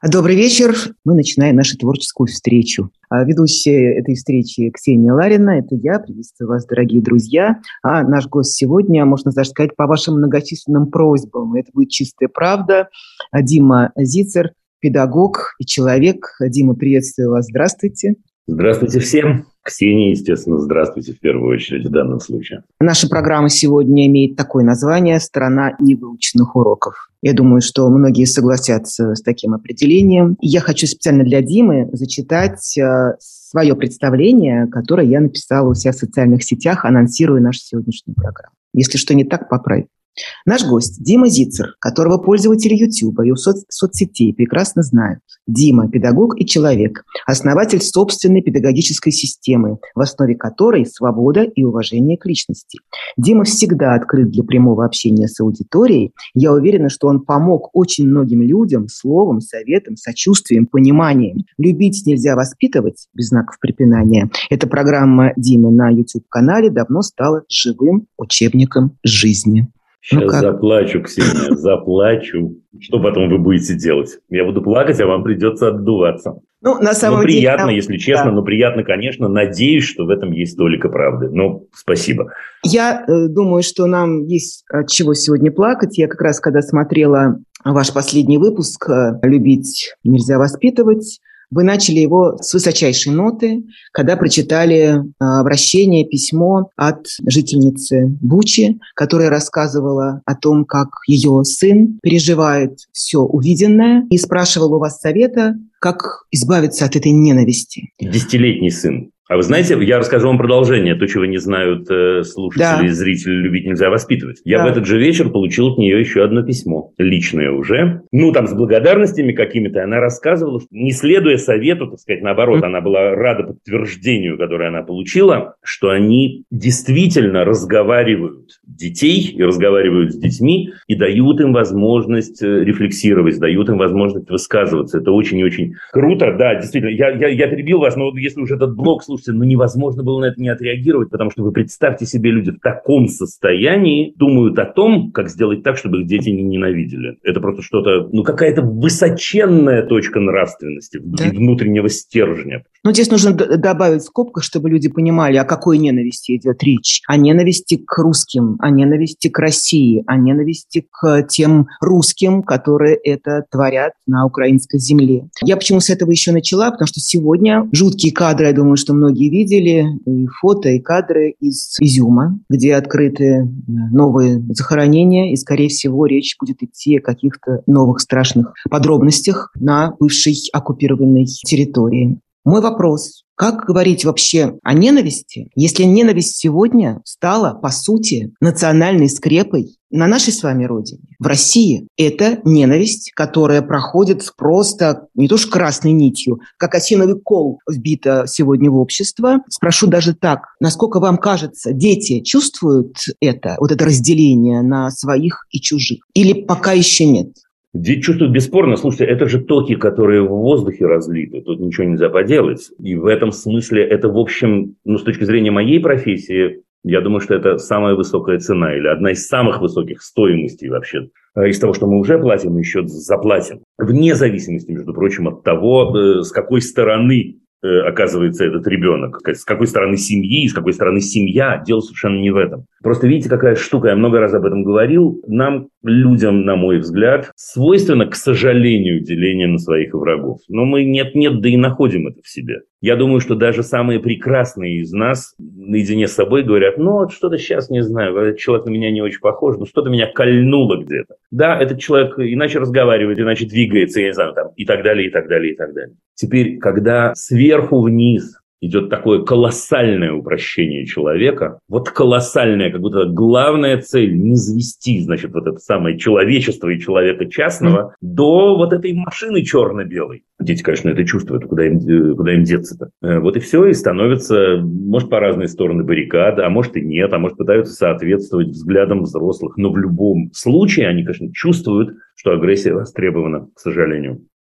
Добрый вечер. Мы начинаем нашу творческую встречу. Ведущая этой встречи Ксения Ларина. Это я. Приветствую вас, дорогие друзья. А наш гость сегодня, можно даже сказать, по вашим многочисленным просьбам. Это будет чистая правда. Дима Зицер, педагог и человек. Дима, приветствую вас. Здравствуйте. Здравствуйте всем. Ксения, естественно, здравствуйте в первую очередь в данном случае. Наша программа сегодня имеет такое название «Страна невыученных уроков». Я думаю, что многие согласятся с таким определением. И я хочу специально для Димы зачитать свое представление, которое я написала у себя в социальных сетях, анонсируя нашу сегодняшнюю программу. Если что не так, поправь. Наш гость Дима Зицер, которого пользователи YouTube и соцсетей прекрасно знают. Дима – педагог и человек, основатель собственной педагогической системы, в основе которой свобода и уважение к личности. Дима всегда открыт для прямого общения с аудиторией. Я уверена, что он помог очень многим людям словом, советом, сочувствием, пониманием. Любить нельзя воспитывать, без знаков препинания. Эта программа Димы на YouTube-канале давно стала живым учебником жизни. Сейчас заплачу, Ксения, заплачу. Что потом вы будете делать? Я буду плакать, а вам придется отдуваться. На самом деле, приятно, если честно, да. Приятно, конечно. Надеюсь, что в этом есть толика правды. Спасибо. Я думаю, что нам есть от чего сегодня плакать. Я как раз, когда смотрела ваш последний выпуск «Любить нельзя воспитывать», вы начали его с высочайшей ноты, когда прочитали обращение, письмо от жительницы Бучи, которая рассказывала о том, как ее сын переживает все увиденное и спрашивал у вас совета, как избавиться от этой ненависти. 10-летний сын. А вы знаете, я расскажу вам продолжение, то, чего не знают слушатели и зрители «Любить нельзя воспитывать». Я в этот же вечер получил от нее еще одно письмо, личное уже. Там с благодарностями какими-то. Она рассказывала, что не следуя совету, так сказать, наоборот, она была рада подтверждению, которое она получила, что они действительно разговаривают детей и разговаривают с детьми и дают им возможность рефлексировать, дают им возможность высказываться. Это очень и очень круто. Да, действительно, я перебил вас, но если уже этот блок, слушайте, невозможно было на это не отреагировать, потому что вы представьте себе, люди в таком состоянии думают о том, как сделать так, чтобы их дети не ненавидели. Это просто что-то, какая-то высоченная точка нравственности, внутреннего стержня. Здесь нужно добавить в скобках, чтобы люди понимали, о какой ненависти идет речь. О ненависти к русским, о ненависти к России, о ненависти к тем русским, которые это творят на украинской земле. Я почему с этого еще начала? Потому что сегодня жуткие кадры, я думаю, что многие видели, и фото, и кадры из Изюма, где открыты новые захоронения, и, скорее всего, речь будет идти о каких-то новых страшных подробностях на бывшей оккупированной территории. Мой вопрос. Как говорить вообще о ненависти, если ненависть сегодня стала, по сути, национальной скрепой на нашей с вами родине, в России? Это ненависть, которая проходит просто не то что красной нитью, как осиновый кол вбита сегодня в общество. Спрошу даже так, насколько вам кажется, дети чувствуют это разделение на своих и чужих? Или пока еще нет? Дети чувствуют бесспорно. Слушайте, это же токи, которые в воздухе разлиты. Тут ничего нельзя поделать. И в этом смысле это, в общем, с точки зрения моей профессии, я думаю, что это самая высокая цена или одна из самых высоких стоимостей вообще. Из того, что мы уже платим, мы еще заплатим. Вне зависимости, между прочим, от того, с какой стороны оказывается этот ребенок, с какой стороны семьи, с какой стороны семья. Дело совершенно не в этом. Просто видите, какая штука, я много раз об этом говорил. Нам, людям, на мой взгляд, свойственно, к сожалению, деление на своих и врагов. Но мы нет-нет, да и находим это в себе. Я думаю, что даже самые прекрасные из нас наедине с собой говорят, что-то сейчас не знаю, этот человек на меня не очень похож, что-то меня кольнуло где-то. Да, этот человек иначе разговаривает, иначе двигается, я не знаю, и так далее, и так далее, и так далее. Теперь, когда сверху вниз идет такое колоссальное упрощение человека, колоссальная, как будто главная цель не завести, это самое человечество и человека частного до этой машины черно-белой. Дети, конечно, это чувствуют, куда им деться-то. И все, и становятся, может, по разные стороны баррикады, а может и нет, а может пытаются соответствовать взглядам взрослых, но в любом случае они, конечно, чувствуют, что агрессия востребована, к сожалению.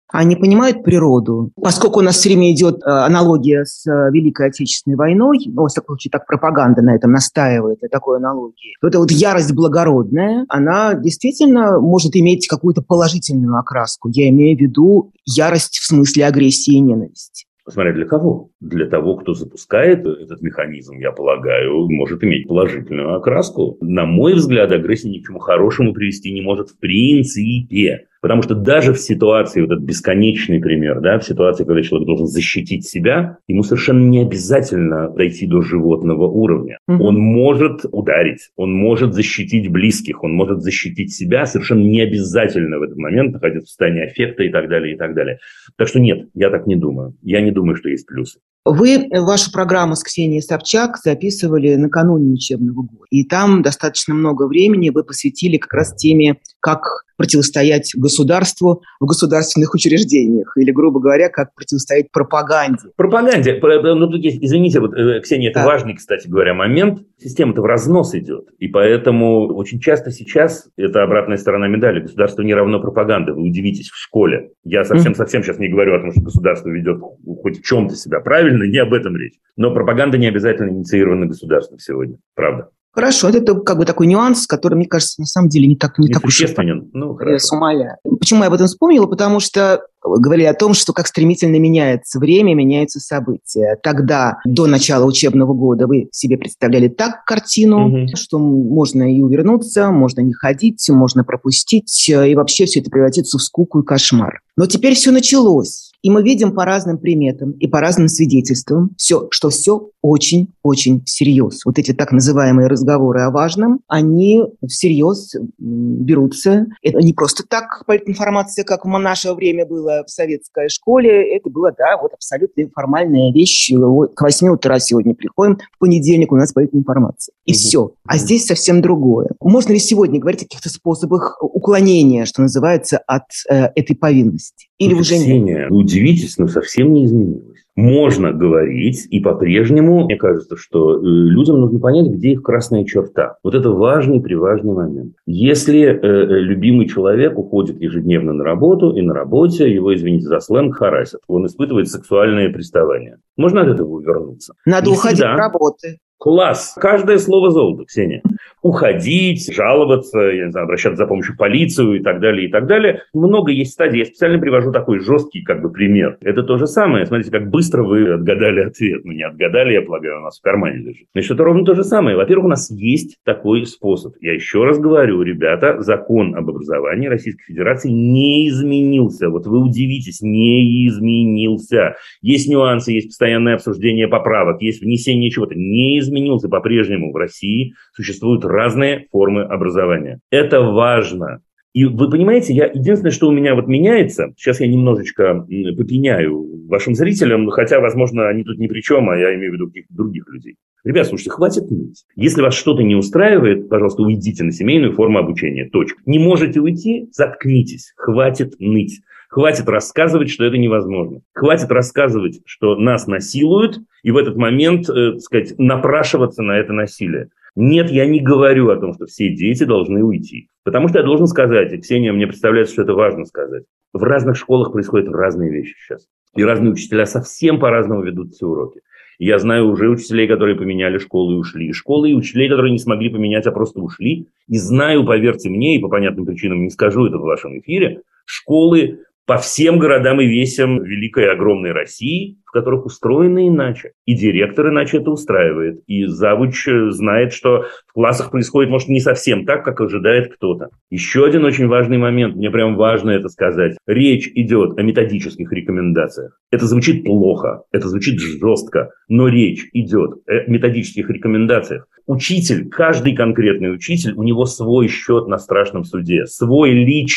Они понимают природу. Поскольку у нас все время идет аналогия с Великой Отечественной войной, во всяком случае, так пропаганда на этом настаивает, на такой аналогии, то эта вот ярость благородная, она действительно может иметь какую-то положительную окраску. Я имею в виду ярость в смысле агрессии и ненависти. Смотря для кого? Для того, кто запускает этот механизм, я полагаю, может иметь положительную окраску. На мой взгляд, агрессия ни к чему хорошему привести не может в принципе. Потому что даже в ситуации, вот этот бесконечный пример, да, в ситуации, когда человек должен защитить себя, ему совершенно не обязательно дойти до животного уровня. Он может ударить, он может защитить близких, он может защитить себя, совершенно не обязательно в этот момент находиться в состоянии аффекта и так далее, и так далее. Так что нет, я так не думаю. Я не думаю, что есть плюсы. Вы вашу программу с Ксенией Собчак записывали накануне учебного года. И там достаточно много времени вы посвятили как раз теме, как противостоять государству в государственных учреждениях. Или, грубо говоря, как противостоять пропаганде. Пропаганде. Ну, тут есть, извините, вот, Ксения, это важный, кстати говоря, момент. Система-то в разнос идет. И поэтому очень часто сейчас это обратная сторона медали. Государство не равно пропаганде. Вы удивитесь в школе. Я совсем сейчас не говорю о том, что государство ведет хоть в чем-то себя правильно, не об этом речь. Но пропаганда не обязательно инициирована государством сегодня. Правда. Хорошо, это как бы такой нюанс, который, мне кажется, на самом деле не так уж и я умаляю. Почему я об этом вспомнила? Потому что говорили о том, что как стремительно меняется время, меняются события. Тогда, до начала учебного года, вы себе представляли так картину, что можно и увернуться, можно не ходить, можно пропустить, и вообще все это превратится в скуку и кошмар. Но теперь все началось. И мы видим по разным приметам и по разным свидетельствам, что все очень-очень всерьез. Вот эти так называемые разговоры о важном, они всерьез берутся. Это не просто так политинформация, как в наше время было в советской школе. Это была, вот абсолютно формальная вещь. К 8 утра сегодня приходим, в понедельник у нас политинформация. И все. А здесь совсем другое. Можно ли сегодня говорить о каких-то способах уклонения, что называется, от этой повинности? Или уже нет? Ксения, вы удивитесь, но совсем не изменилось. Можно говорить, и по-прежнему, мне кажется, что людям нужно понять, где их красная черта. Вот это важный-приважный момент. Если любимый человек уходит ежедневно на работу, и на работе его, извините за сленг, харасят, он испытывает сексуальные приставания. Можно от этого увернуться? Надо уходить с работы. Класс. Каждое слово золото, Ксения. Уходить, жаловаться, я не знаю, обращаться за помощью в полицию и так далее, и так далее. Много есть стадий. Я специально привожу такой жесткий пример. Это то же самое. Смотрите, как быстро вы отгадали ответ. Ну, не отгадали, я полагаю, у нас в кармане лежит. Значит, это ровно то же самое. Во-первых, у нас есть такой способ. Я еще раз говорю, ребята, закон об образовании Российской Федерации не изменился. Вот вы удивитесь, не изменился. Есть нюансы, есть постоянное обсуждение поправок, есть внесение чего-то. Не изменился. По-прежнему в России существуют разные формы образования. Это важно. И вы понимаете, единственное, что у меня меняется, сейчас я немножечко попеняю вашим зрителям, хотя, возможно, они тут ни при чем, а я имею в виду каких-то других людей. Ребят, слушайте, хватит ныть. Если вас что-то не устраивает, пожалуйста, уйдите на семейную форму обучения. Точка. Не можете уйти? Заткнитесь. Хватит ныть. Хватит рассказывать, что это невозможно. Хватит рассказывать, что нас насилуют, и в этот момент, напрашиваться на это насилие. Нет, я не говорю о том, что все дети должны уйти. Потому что я должен сказать, и Ксения, мне представляется, что это важно сказать. В разных школах происходят разные вещи сейчас. И разные учителя совсем по-разному ведут все уроки. И я знаю уже учителей, которые поменяли школы и ушли. И школы, и учителей, которые не смогли поменять, а просто ушли. И знаю, поверьте мне, и по понятным причинам не скажу это в вашем эфире, школы по всем городам и весям великой и огромной России, в которых устроено иначе. И директор иначе это устраивает. И завуч знает, что в классах происходит, может, не совсем так, как ожидает кто-то. Еще один очень важный момент, мне прям важно это сказать. Речь идет о методических рекомендациях. Это звучит плохо, это звучит жестко, но речь идет о методических рекомендациях. Учитель, каждый конкретный учитель, у него свой счет на страшном суде, свой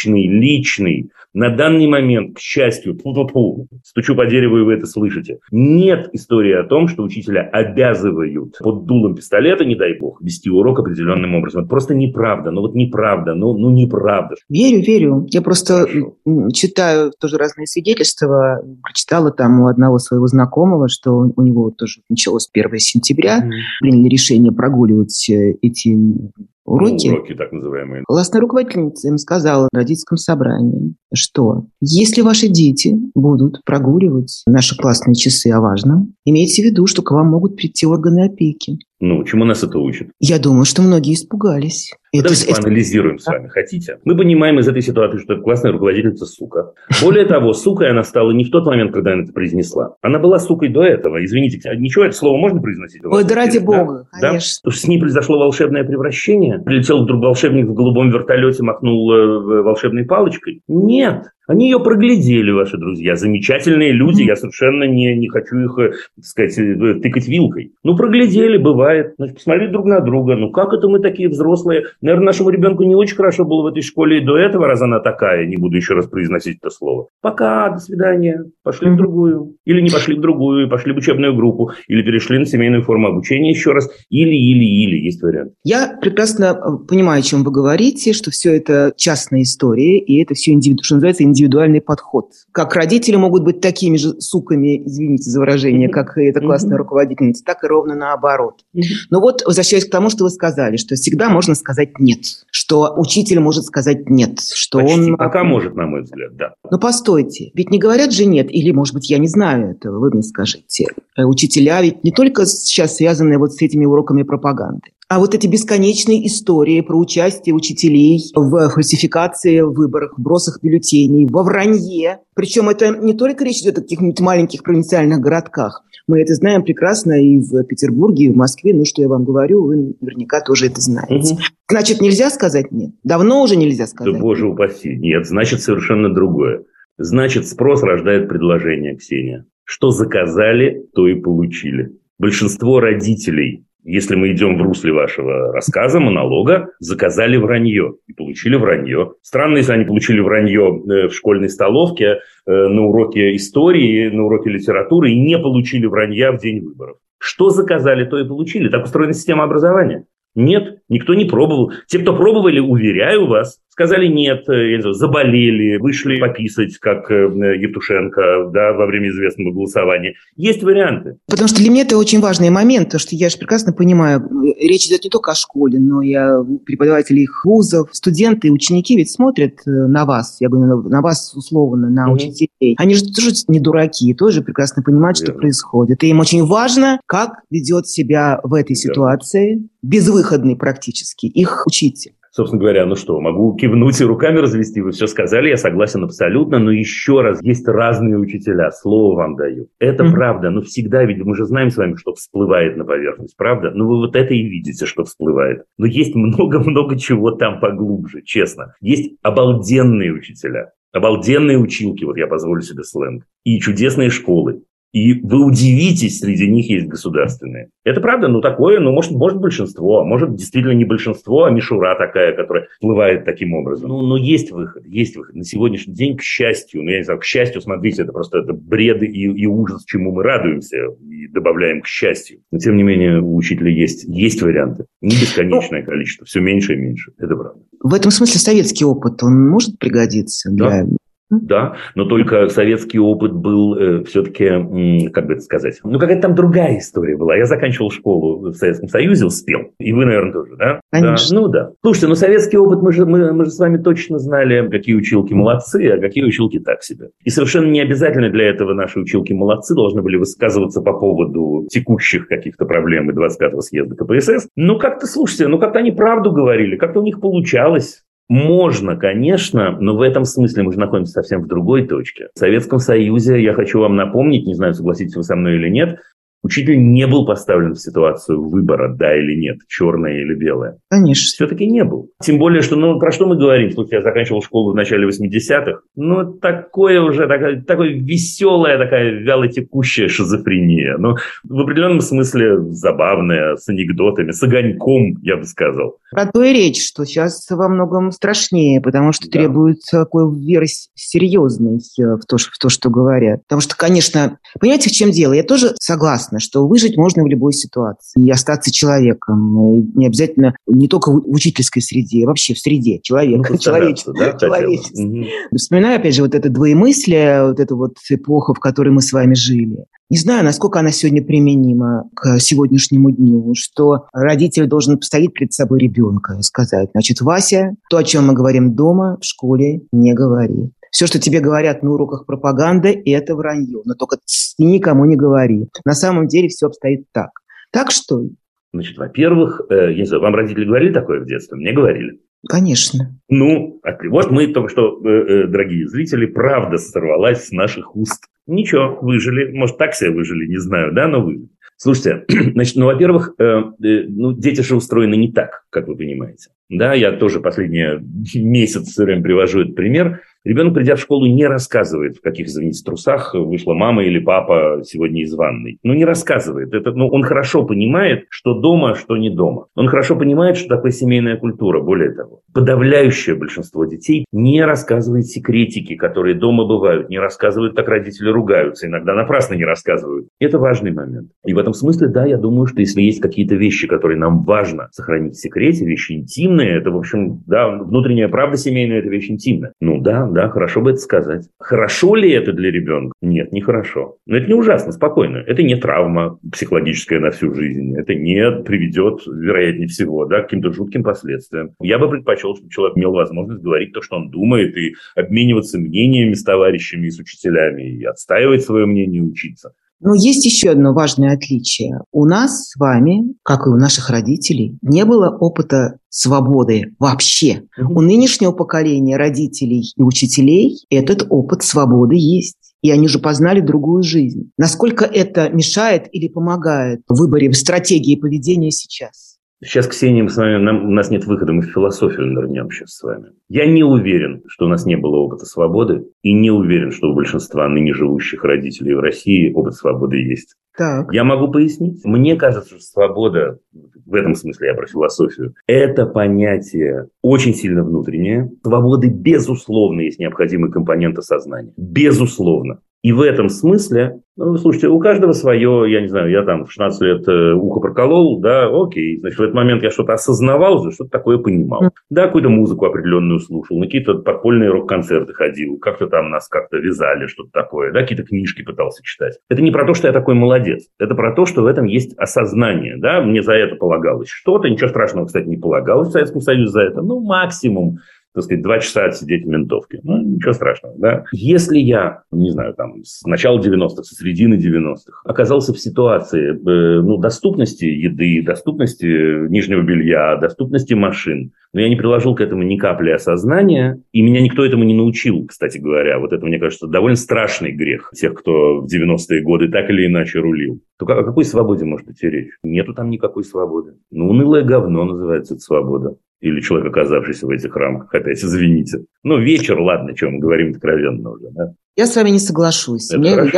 личный. На данный момент, к счастью, стучу по дереву, и вы это слышите, нет истории о том, что учителя обязывают под дулом пистолета, не дай бог, вести урок определенным образом. Это просто неправда. Неправда. Неправда. Верю. Я просто читаю тоже разные свидетельства. Прочитала там у одного своего знакомого, что у него тоже началось 1 сентября. Приняли решение прогуливать эти уроки. Уроки так называемые. Классная руководительница им сказала в родительском собрании: что если ваши дети будут прогуливать наши классные часы о важном, имейте в виду, что к вам могут прийти органы опеки. Ну, чему нас это учит? Я думаю, что многие испугались. Давайте поанализируем с вами, хотите? Мы понимаем из этой ситуации, что классная руководительница сука. Более того, сукой она стала не в тот момент, когда она это произнесла. Она была сукой до этого. Извините, ничего, это слово можно произносить? Ой, да ради бога, конечно. Да? С ней произошло волшебное превращение. Прилетел вдруг волшебник в голубом вертолете, махнул волшебной палочкой. Нет. Они ее проглядели, ваши друзья. Замечательные люди. Я совершенно не хочу их, так сказать, тыкать вилкой. Ну, проглядели, бывает. Значит, посмотрели друг на друга. Ну, как это мы такие взрослые? Наверное, нашему ребенку не очень хорошо было в этой школе и до этого, раз она такая. Не буду еще раз произносить это слово. Пока, до свидания. Пошли в другую. Или не пошли в другую, пошли в учебную группу. Или перешли на семейную форму обучения еще раз. Или. Есть вариант. Я прекрасно понимаю, о чем вы говорите, что все это частная история, и это все, что называется, индивидуальный подход. Как родители могут быть такими же суками, извините за выражение, как и эта классная руководительница, так и ровно наоборот. Но вот, возвращаясь к тому, что вы сказали, что всегда можно сказать «нет», что учитель может сказать «нет», что почти, он... Пока может, на мой взгляд, да. Но постойте, ведь не говорят же «нет», или, может быть, я не знаю этого, вы мне скажите. Учителя ведь не только сейчас связаны вот с этими уроками пропаганды, а вот эти бесконечные истории про участие учителей в фальсификации выборов, в бросах бюллетеней, во вранье. Причем это не только речь идет о каких-нибудь маленьких провинциальных городках. Мы это знаем прекрасно и в Петербурге, и в Москве. Ну, что я вам говорю, вы наверняка тоже это знаете. Значит, нельзя сказать «нет». Давно уже нельзя сказать «нет». Да, боже упаси. Нет, значит, совершенно другое. Значит, спрос рождает предложение, Ксения. Что заказали, то и получили. Большинство родителей, если мы идем в русле вашего рассказа, монолога, заказали вранье и получили вранье. Странно, если они получили вранье в школьной столовке, на уроке истории, на уроке литературы и не получили вранья в день выборов. Что заказали, то и получили. Так устроена система образования. Нет, никто не пробовал. Те, кто пробовали, уверяю вас, сказали нет, заболели, вышли пописать, как Евтушенко, да, во время известного голосования. Есть варианты. Потому что для меня это очень важный момент, потому что я же прекрасно понимаю, речь идет не только о школе, но и о преподавателях вузов. Студенты и ученики ведь смотрят на вас, я говорю, на вас условно, на учителей. Они же тоже не дураки, тоже прекрасно понимают, что происходит. И им очень важно, как ведет себя в этой ситуации безвыходный практически их учитель. Собственно говоря, ну что, могу кивнуть и руками развести, вы все сказали, я согласен абсолютно, но еще раз, есть разные учителя, слово вам даю. Это правда, но всегда, ведь мы же знаем с вами, что всплывает на поверхность, правда? Ну вы вот это и видите, что всплывает. Но есть много-много чего там поглубже, честно. Есть обалденные учителя, обалденные училки, вот я позволю себе сленг, и чудесные школы. И вы удивитесь, среди них есть государственные. Это правда, ну такое, ну может большинство, а может действительно не большинство, а мишура такая, которая всплывает таким образом. Но есть выход, есть выход. На сегодняшний день, к счастью, ну я не знаю, к счастью, смотрите, это просто это бред и ужас, чему мы радуемся и добавляем к счастью. Но тем не менее у учителя есть варианты. Не бесконечное количество, все меньше и меньше. Это правда. В этом смысле советский опыт, он может пригодиться для... Да, но только советский опыт был все-таки, как бы это сказать, ну какая-то там другая история была. Я заканчивал школу в Советском Союзе, успел. И вы, наверное, тоже, да? Конечно. Да. Ну да. Слушайте, ну советский опыт, мы же с вами точно знали, какие училки молодцы, а какие училки так себе. И совершенно не обязательно для этого наши училки молодцы должны были высказываться по поводу текущих каких-то проблем и 25-го съезда КПСС. Ну как-то, слушайте, как-то они правду говорили, как-то у них получалось. Можно, конечно, но в этом смысле мы же находимся совсем в другой точке. В Советском Союзе, я хочу вам напомнить, не знаю, согласитесь вы со мной или нет, учитель не был поставлен в ситуацию выбора, да или нет, черное или белое. Конечно. Все-таки не был. Тем более, что, про что мы говорим? Слушайте, я заканчивал школу в начале 80-х. Такое уже, такая веселая, такая вялотекущая шизофрения. В определенном смысле забавная, с анекдотами, с огоньком, я бы сказал. Про то и речь, что сейчас во многом страшнее, потому что требует такой веры серьезной в то, что говорят. Потому что, конечно, понимаете, в чем дело? Я тоже согласна, что выжить можно в любой ситуации и остаться человеком. И не обязательно не только в учительской среде, а вообще в среде человека, человечества. Вспоминаю, опять же, вот это двоемыслие, вот эту вот эпоху, в которой мы с вами жили. Не знаю, насколько она сегодня применима к сегодняшнему дню, что родитель должен поставить перед собой ребенка и сказать, значит, Вася, то, о чем мы говорим дома, в школе, не говори. Все, что тебе говорят на уроках пропаганды, это вранье. Но только ты никому не говори. На самом деле все обстоит так. Так что ли? Значит, во-первых, я не знаю, вам родители говорили такое в детстве? Мне говорили. Конечно. Ну, вот мы только что, дорогие зрители, правда сорвалась с наших уст. Ничего, выжили. Может, так себе выжили, не знаю, да, но выжили. Слушайте, значит, во-первых, дети же устроены не так, как вы понимаете. Да, я тоже последний месяц все время привожу этот пример. Ребенок, придя в школу, не рассказывает, в каких, извините, трусах вышла мама или папа сегодня из ванной. Не рассказывает. Он хорошо понимает, что дома, что не дома. Он хорошо понимает, что такое семейная культура. Более того, подавляющее большинство детей не рассказывает секретики, которые дома бывают, не рассказывают, как родители ругаются, иногда напрасно не рассказывают. Это важный момент. И в этом смысле, да, я думаю, что если есть какие-то вещи, которые нам важно сохранить в секрете, вещи интимные, это, в общем, да, внутренняя правда семейная – это вещь интимная. Да, хорошо бы это сказать. Хорошо ли это для ребенка? Нет, не хорошо. Но это не ужасно, спокойно. Это не травма психологическая на всю жизнь. Это не приведет, вероятнее всего, да, к каким-то жутким последствиям. Я бы предпочел, чтобы человек имел возможность говорить то, что он думает, и обмениваться мнениями с товарищами и с учителями, и отстаивать свое мнение, учиться. Но есть еще одно важное отличие. У нас с вами, как и у наших родителей, не было опыта свободы вообще. У нынешнего поколения родителей и учителей этот опыт свободы есть. И они же познали другую жизнь. Насколько это мешает или помогает в выборе стратегии поведения сейчас? Сейчас, Ксения, у нас нет выхода, мы в философию нырнем сейчас с вами. Я не уверен, что у нас не было опыта свободы, и не уверен, что у большинства ныне живущих родителей в России опыт свободы есть. Так. Я могу пояснить. Мне кажется, что свобода, в этом смысле я про философию, это понятие очень сильно внутреннее. Свободы, безусловно, есть необходимый компонент осознания. Безусловно. И в этом смысле, слушайте, у каждого свое, я не знаю, я там в 16 лет ухо проколол, да, окей, значит, в этот момент я что-то осознавал уже, что-то такое понимал. Да, какую-то музыку определенную слушал, на какие-то подпольные рок-концерты ходил, как-то там нас как-то вязали, что-то такое, да, какие-то книжки пытался читать. Это не про то, что я такой молодец, это про то, что в этом есть осознание, да, мне за это полагалось что-то, ничего страшного, кстати, не полагалось в Советском Союзе за это, максимум, так сказать, 2 часа отсидеть в ментовке. Ничего страшного, да. Если я, не знаю, там, с начала 90-х, со середины 90-х оказался в ситуации, доступности еды, доступности нижнего белья, доступности машин, но я не приложил к этому ни капли осознания, и меня никто этому не научил, кстати говоря. Вот это, мне кажется, довольно страшный грех тех, кто в 90-е годы так или иначе рулил. То о какой свободе может идти речь? Нету там никакой свободы. Унылое говно называется эта свобода. Или человек, оказавшийся в этих рамках, опять, извините. Вечер, ладно, что мы говорим откровенно уже, да? Я с вами не соглашусь.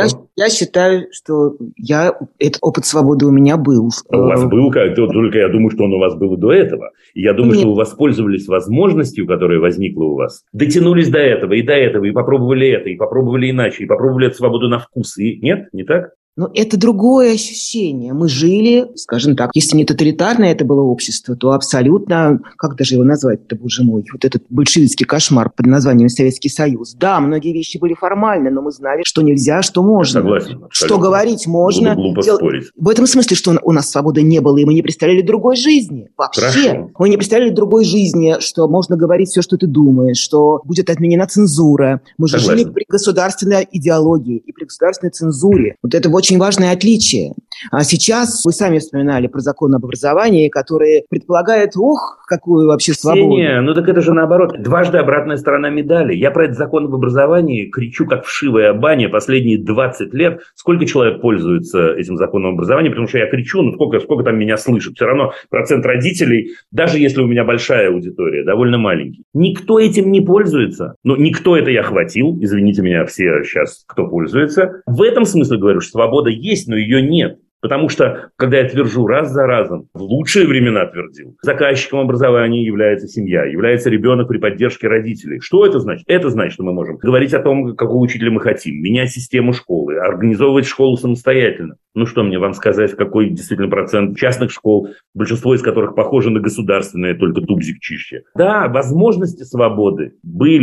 Я считаю, что этот опыт свободы у меня был. У вас был, только я думаю, что он у вас был и до этого. И я думаю, что вы воспользовались возможностью, которая возникла у вас. Дотянулись до этого, и попробовали это, и попробовали иначе, и попробовали эту свободу на вкус. И нет, не так? Но это другое ощущение. Мы жили, скажем так, если не тоталитарное это было общество, то абсолютно, как даже его назвать-то, боже мой, вот этот большевистский кошмар под названием Советский Союз. Да, многие вещи были формальны, но мы знали, что нельзя, что можно. Согласен. Что говорить можно. Было глупо спорить. В этом смысле, что у нас свободы не было, и мы не представляли другой жизни. Вообще. Хорошо. Мы не представляли другой жизни, что можно говорить все, что ты думаешь, что будет отменена цензура. Мы же жили при государственной идеологии и при государственной цензуре. Вот это очень важное отличие. А сейчас вы сами вспоминали про закон об образовании, который предполагает, какую вообще свободу. Ксения, так это же наоборот. Дважды обратная сторона медали. Я про этот закон об образовании кричу, как вшивая баня, последние 20 лет. Сколько человек пользуется этим законом об образовании, потому что я кричу, сколько там меня слышат. Все равно процент родителей, даже если у меня большая аудитория, довольно маленький. Никто этим не пользуется. Никто это я хватил. Извините меня все сейчас, кто пользуется. В этом смысле говорю, что свобода есть, но ее нет. Потому что, когда я твержу раз за разом, в лучшие времена твердил, заказчиком образования является семья, является ребенок при поддержке родителей. Что это значит? Это значит, что мы можем говорить о том, какого учителя мы хотим, менять систему школы, организовывать школу самостоятельно. Что мне вам сказать, какой действительно процент частных школ, большинство из которых похожи на государственные, только тубзик чище. Да, возможности свободы были.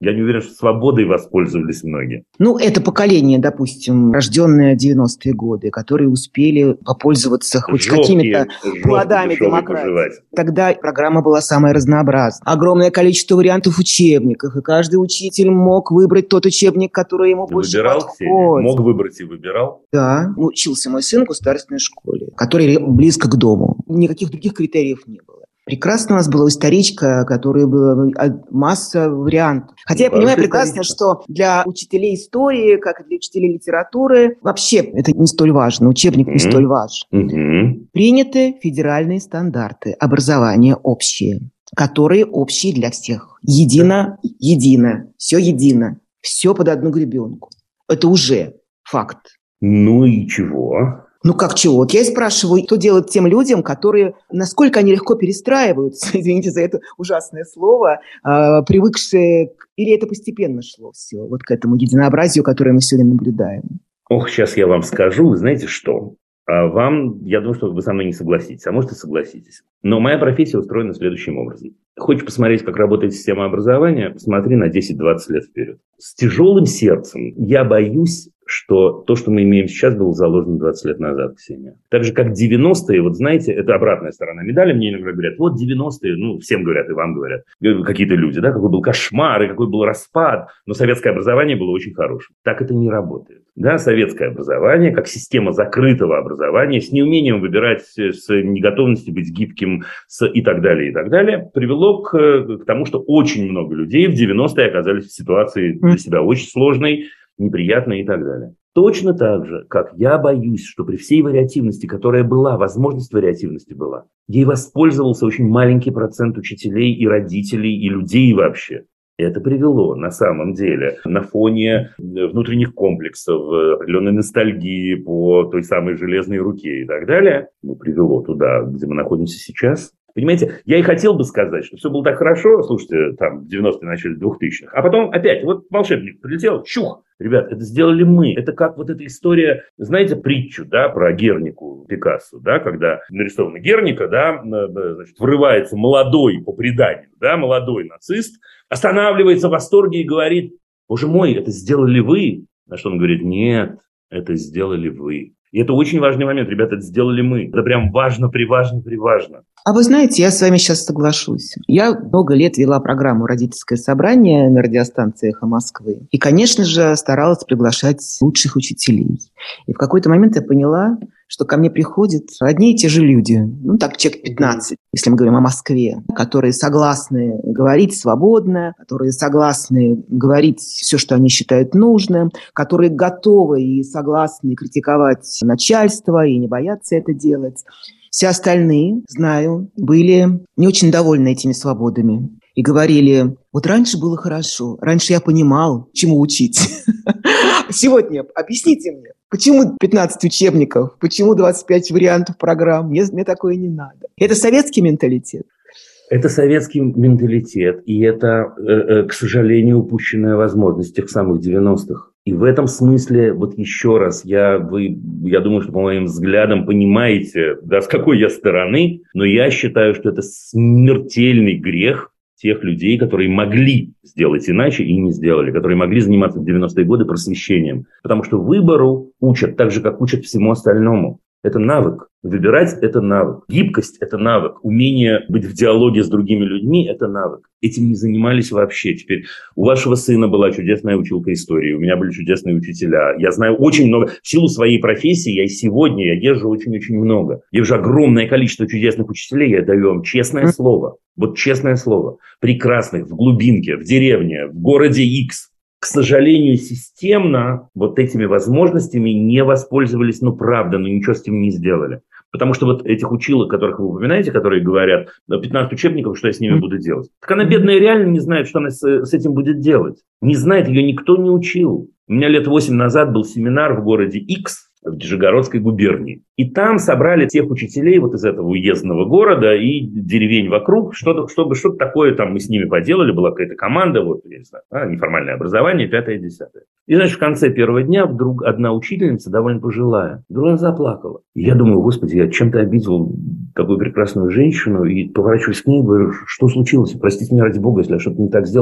Я не уверен, что свободой воспользовались многие. Ну, это поколение, допустим, рожденное в 90-е годы, которые успели попользоваться хоть какими-то плодами демократии. Тогда программа была самая разнообразная. Огромное количество вариантов учебников, и каждый учитель мог выбрать тот учебник, который ему больше подходит. Мог выбрать и выбирал? Да. Учился мой сын в государственной школе, который близко к дому. Никаких других критериев не было. Прекрасно у нас была историчка, которая была масса вариантов. Хотя я понимаю прекрасно, что для учителей истории, как и для учителей литературы, вообще это не столь важно, учебник не столь важен. Приняты федеральные стандарты образования общие, которые общие для всех. Едино, все под одну гребенку. Это уже факт. Ну и чего? Ну как чего? Вот я и спрашиваю, что делать тем людям, которые, насколько они легко перестраиваются, извините за это ужасное слово, привыкшие, или это постепенно шло все, вот к этому единообразию, которое мы сегодня наблюдаем? Ох, сейчас я вам скажу, вы знаете что? Я думаю, что вы со мной не согласитесь, а может и согласитесь. Но моя профессия устроена следующим образом. Хочешь посмотреть, как работает система образования? Посмотри на 10-20 лет вперед. С тяжелым сердцем я боюсь, что то, что мы имеем сейчас, было заложено 20 лет назад, Ксения. Так же, как 90-е, вот знаете, это обратная сторона медали. Мне иногда говорят, вот 90-е, ну, всем говорят, и вам говорят, какие-то люди, да, какой был кошмар, и какой был распад. Но советское образование было очень хорошим. Так это не работает. Да, советское образование, как система закрытого образования, с неумением выбирать, с неготовностью быть гибким и так далее, привело к тому, что очень много людей в 90-е оказались в ситуации для себя очень сложной, неприятной и так далее. Точно так же, как я боюсь, что при всей вариативности, которая была, возможность вариативности была, ей воспользовался очень маленький процент учителей и родителей, и людей вообще. Это привело, на самом деле, на фоне внутренних комплексов, определенной ностальгии по той самой железной руке и так далее, привело туда, где мы находимся сейчас. Понимаете, я и хотел бы сказать, что все было так хорошо, слушайте, там, в 90-е, начале 2000-х, а потом опять, вот волшебник прилетел, чух, ребят, это сделали мы. Это как вот эта история, знаете, притчу, да, про Гернику Пикассо, да, когда нарисована Герника, да, значит, врывается молодой, по преданию, да, молодой нацист, останавливается в восторге и говорит, боже мой, это сделали вы? На что он говорит, нет, это сделали вы. И это очень важный момент, ребята, это сделали мы. Это прям важно, приважно. А вы знаете, я с вами сейчас соглашусь. Я много лет вела программу «Родительское собрание» на радиостанции «Эхо Москвы». И, конечно же, старалась приглашать лучших учителей. И в какой-то момент я поняла, что ко мне приходят одни и те же люди, ну так, человек 15, если мы говорим о Москве, которые согласны говорить свободно, которые согласны говорить все, что они считают нужным, которые готовы и согласны критиковать начальство и не боятся это делать. Все остальные, знаю, были не очень довольны этими свободами и говорили, вот раньше было хорошо, раньше я понимал, чему учить. Сегодня объясните мне, почему 15 учебников, почему 25 вариантов программ, мне такое не надо. Это советский менталитет. Это советский менталитет, и это, к сожалению, упущенная возможность тех самых 90-х. И в этом смысле, вот еще раз, я думаю, что по моим взглядам понимаете, да, с какой я стороны, но я считаю, что это смертельный грех тех людей, которые могли сделать иначе и не сделали, которые могли заниматься в 90-е годы просвещением. Потому что выбору учат так же, как учат всему остальному. Это навык. Выбирать – это навык. Гибкость – это навык. Умение быть в диалоге с другими людьми – это навык. Этим не занимались вообще. Теперь у вашего сына была чудесная училка истории, у меня были чудесные учителя. Я знаю очень много. В силу своей профессии я езжу очень-очень много. Я вижу огромное количество чудесных учителей. Я даю вам честное слово. Вот честное слово. Прекрасных в глубинке, в деревне, в городе X. К сожалению, системно вот этими возможностями не воспользовались, правда, но ничего с этим не сделали. Потому что вот этих училок, которых вы упоминаете, которые говорят, 15 учебников, что я с ними буду делать. Так она, бедная, реально не знает, что она с этим будет делать. Не знает, ее никто не учил. У меня лет 8 назад был семинар в городе X, в Нижегородской губернии. И там собрали тех учителей вот из этого уездного города и деревень вокруг, чтобы что-то такое там мы с ними поделали. Была какая-то команда, вот, я не знаю, неформальное образование, 5-10. И, значит, в конце первого дня вдруг одна учительница, довольно пожилая, вдруг она заплакала. И я думаю, господи, я чем-то обидел такую прекрасную женщину, и поворачиваюсь к ней и говорю, что случилось? Простите меня ради бога, если я что-то не так сделал.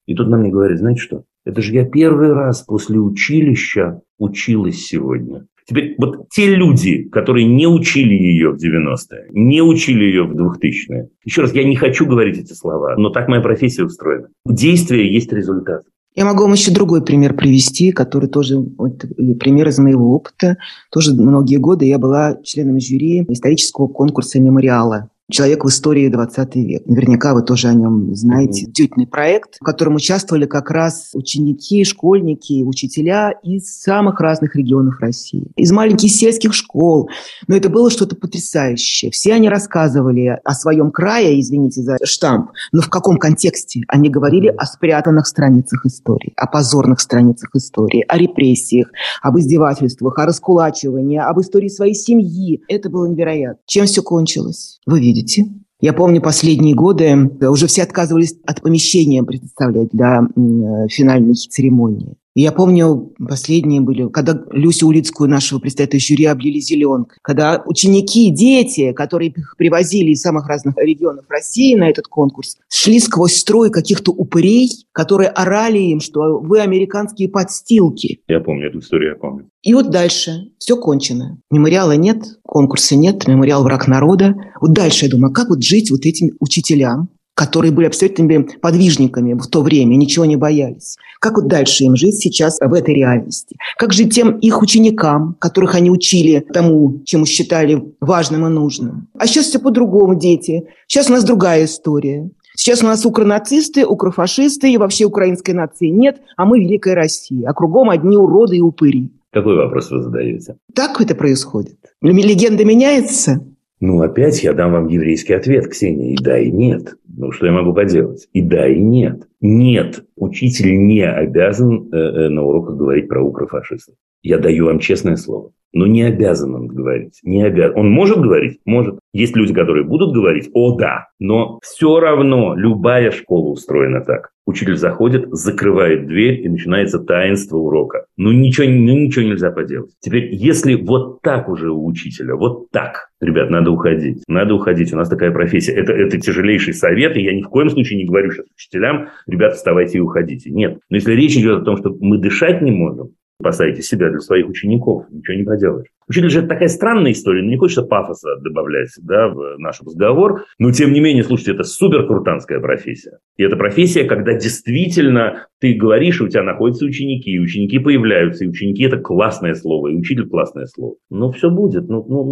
И тут она мне говорит, знаете что, это же я первый раз после училища училась сегодня. Теперь вот те люди, которые не учили ее в 90-е, не учили ее в 2000-е. Еще раз, я не хочу говорить эти слова, но так моя профессия устроена. У действия есть результат. Я могу вам еще другой пример привести, который тоже пример из моего опыта. Тоже многие годы я была членом жюри исторического конкурса «Мемориала». «Человек в истории 20 век». Наверняка вы тоже о нем знаете. Удивительный проект, в котором участвовали как раз ученики, школьники, учителя из самых разных регионов России. Из маленьких сельских школ. Но это было что-то потрясающее. Все они рассказывали о своем крае, извините за штамп, но в каком контексте? Они говорили о спрятанных страницах истории, о позорных страницах истории, о репрессиях, об издевательствах, о раскулачивании, об истории своей семьи. Это было невероятно. Чем все кончилось? Вы видите. Я помню, последние годы уже все отказывались от помещения предоставлять для финальной церемонии. И я помню, последние были, когда Люсю Улицкую, нашего председателя жюри, облили зеленкой. Когда ученики, дети, которые их привозили из самых разных регионов России на этот конкурс, шли сквозь строй каких-то упырей, которые орали им, что вы американские подстилки. Я помню эту историю, я помню. И вот дальше все кончено. Мемориала нет, конкурса нет, мемориал «Враг народа». Вот дальше я думаю, как вот жить вот этим учителям, которые были абсолютными подвижниками в то время, ничего не боялись. Как вот дальше им жить сейчас в этой реальности? Как жить тем их ученикам, которых они учили тому, чему считали важным и нужным? А сейчас все по-другому, дети. Сейчас у нас другая история. Сейчас у нас укронацисты, укрофашисты, и вообще украинской нации нет, а мы великая Россия. А кругом одни уроды и упыри. Какой вопрос вы задаете? Так это происходит? Легенда меняется? Ну, опять я дам вам еврейский ответ, Ксения. И да, и нет. Ну, что я могу поделать? И да, и нет. Нет, учитель не обязан на уроках говорить про укрофашистов. Я даю вам честное слово. Но не обязан он говорить. Не обязан. Он может говорить? Может. Есть люди, которые будут говорить? О, да. Но все равно любая школа устроена так. Учитель заходит, закрывает дверь, и начинается таинство урока. Ну, ничего нельзя поделать. Теперь, если вот так уже у учителя, вот так, ребят, надо уходить. Надо уходить. У нас такая профессия. Это тяжелейший совет, и я ни в коем случае не говорю сейчас учителям, ребята, вставайте и уходите. Нет. Но если речь идет о том, что мы дышать не можем, спасайте себя для своих учеников. Ничего не поделаешь. Учитель же это такая странная история. Но не хочется пафоса добавлять, да, в наш разговор. Но, тем не менее, слушайте, это суперкрутанская профессия. И это профессия, когда действительно ты говоришь, и у тебя находятся ученики, и ученики появляются, и ученики – это классное слово, и учитель – классное слово. Но все будет.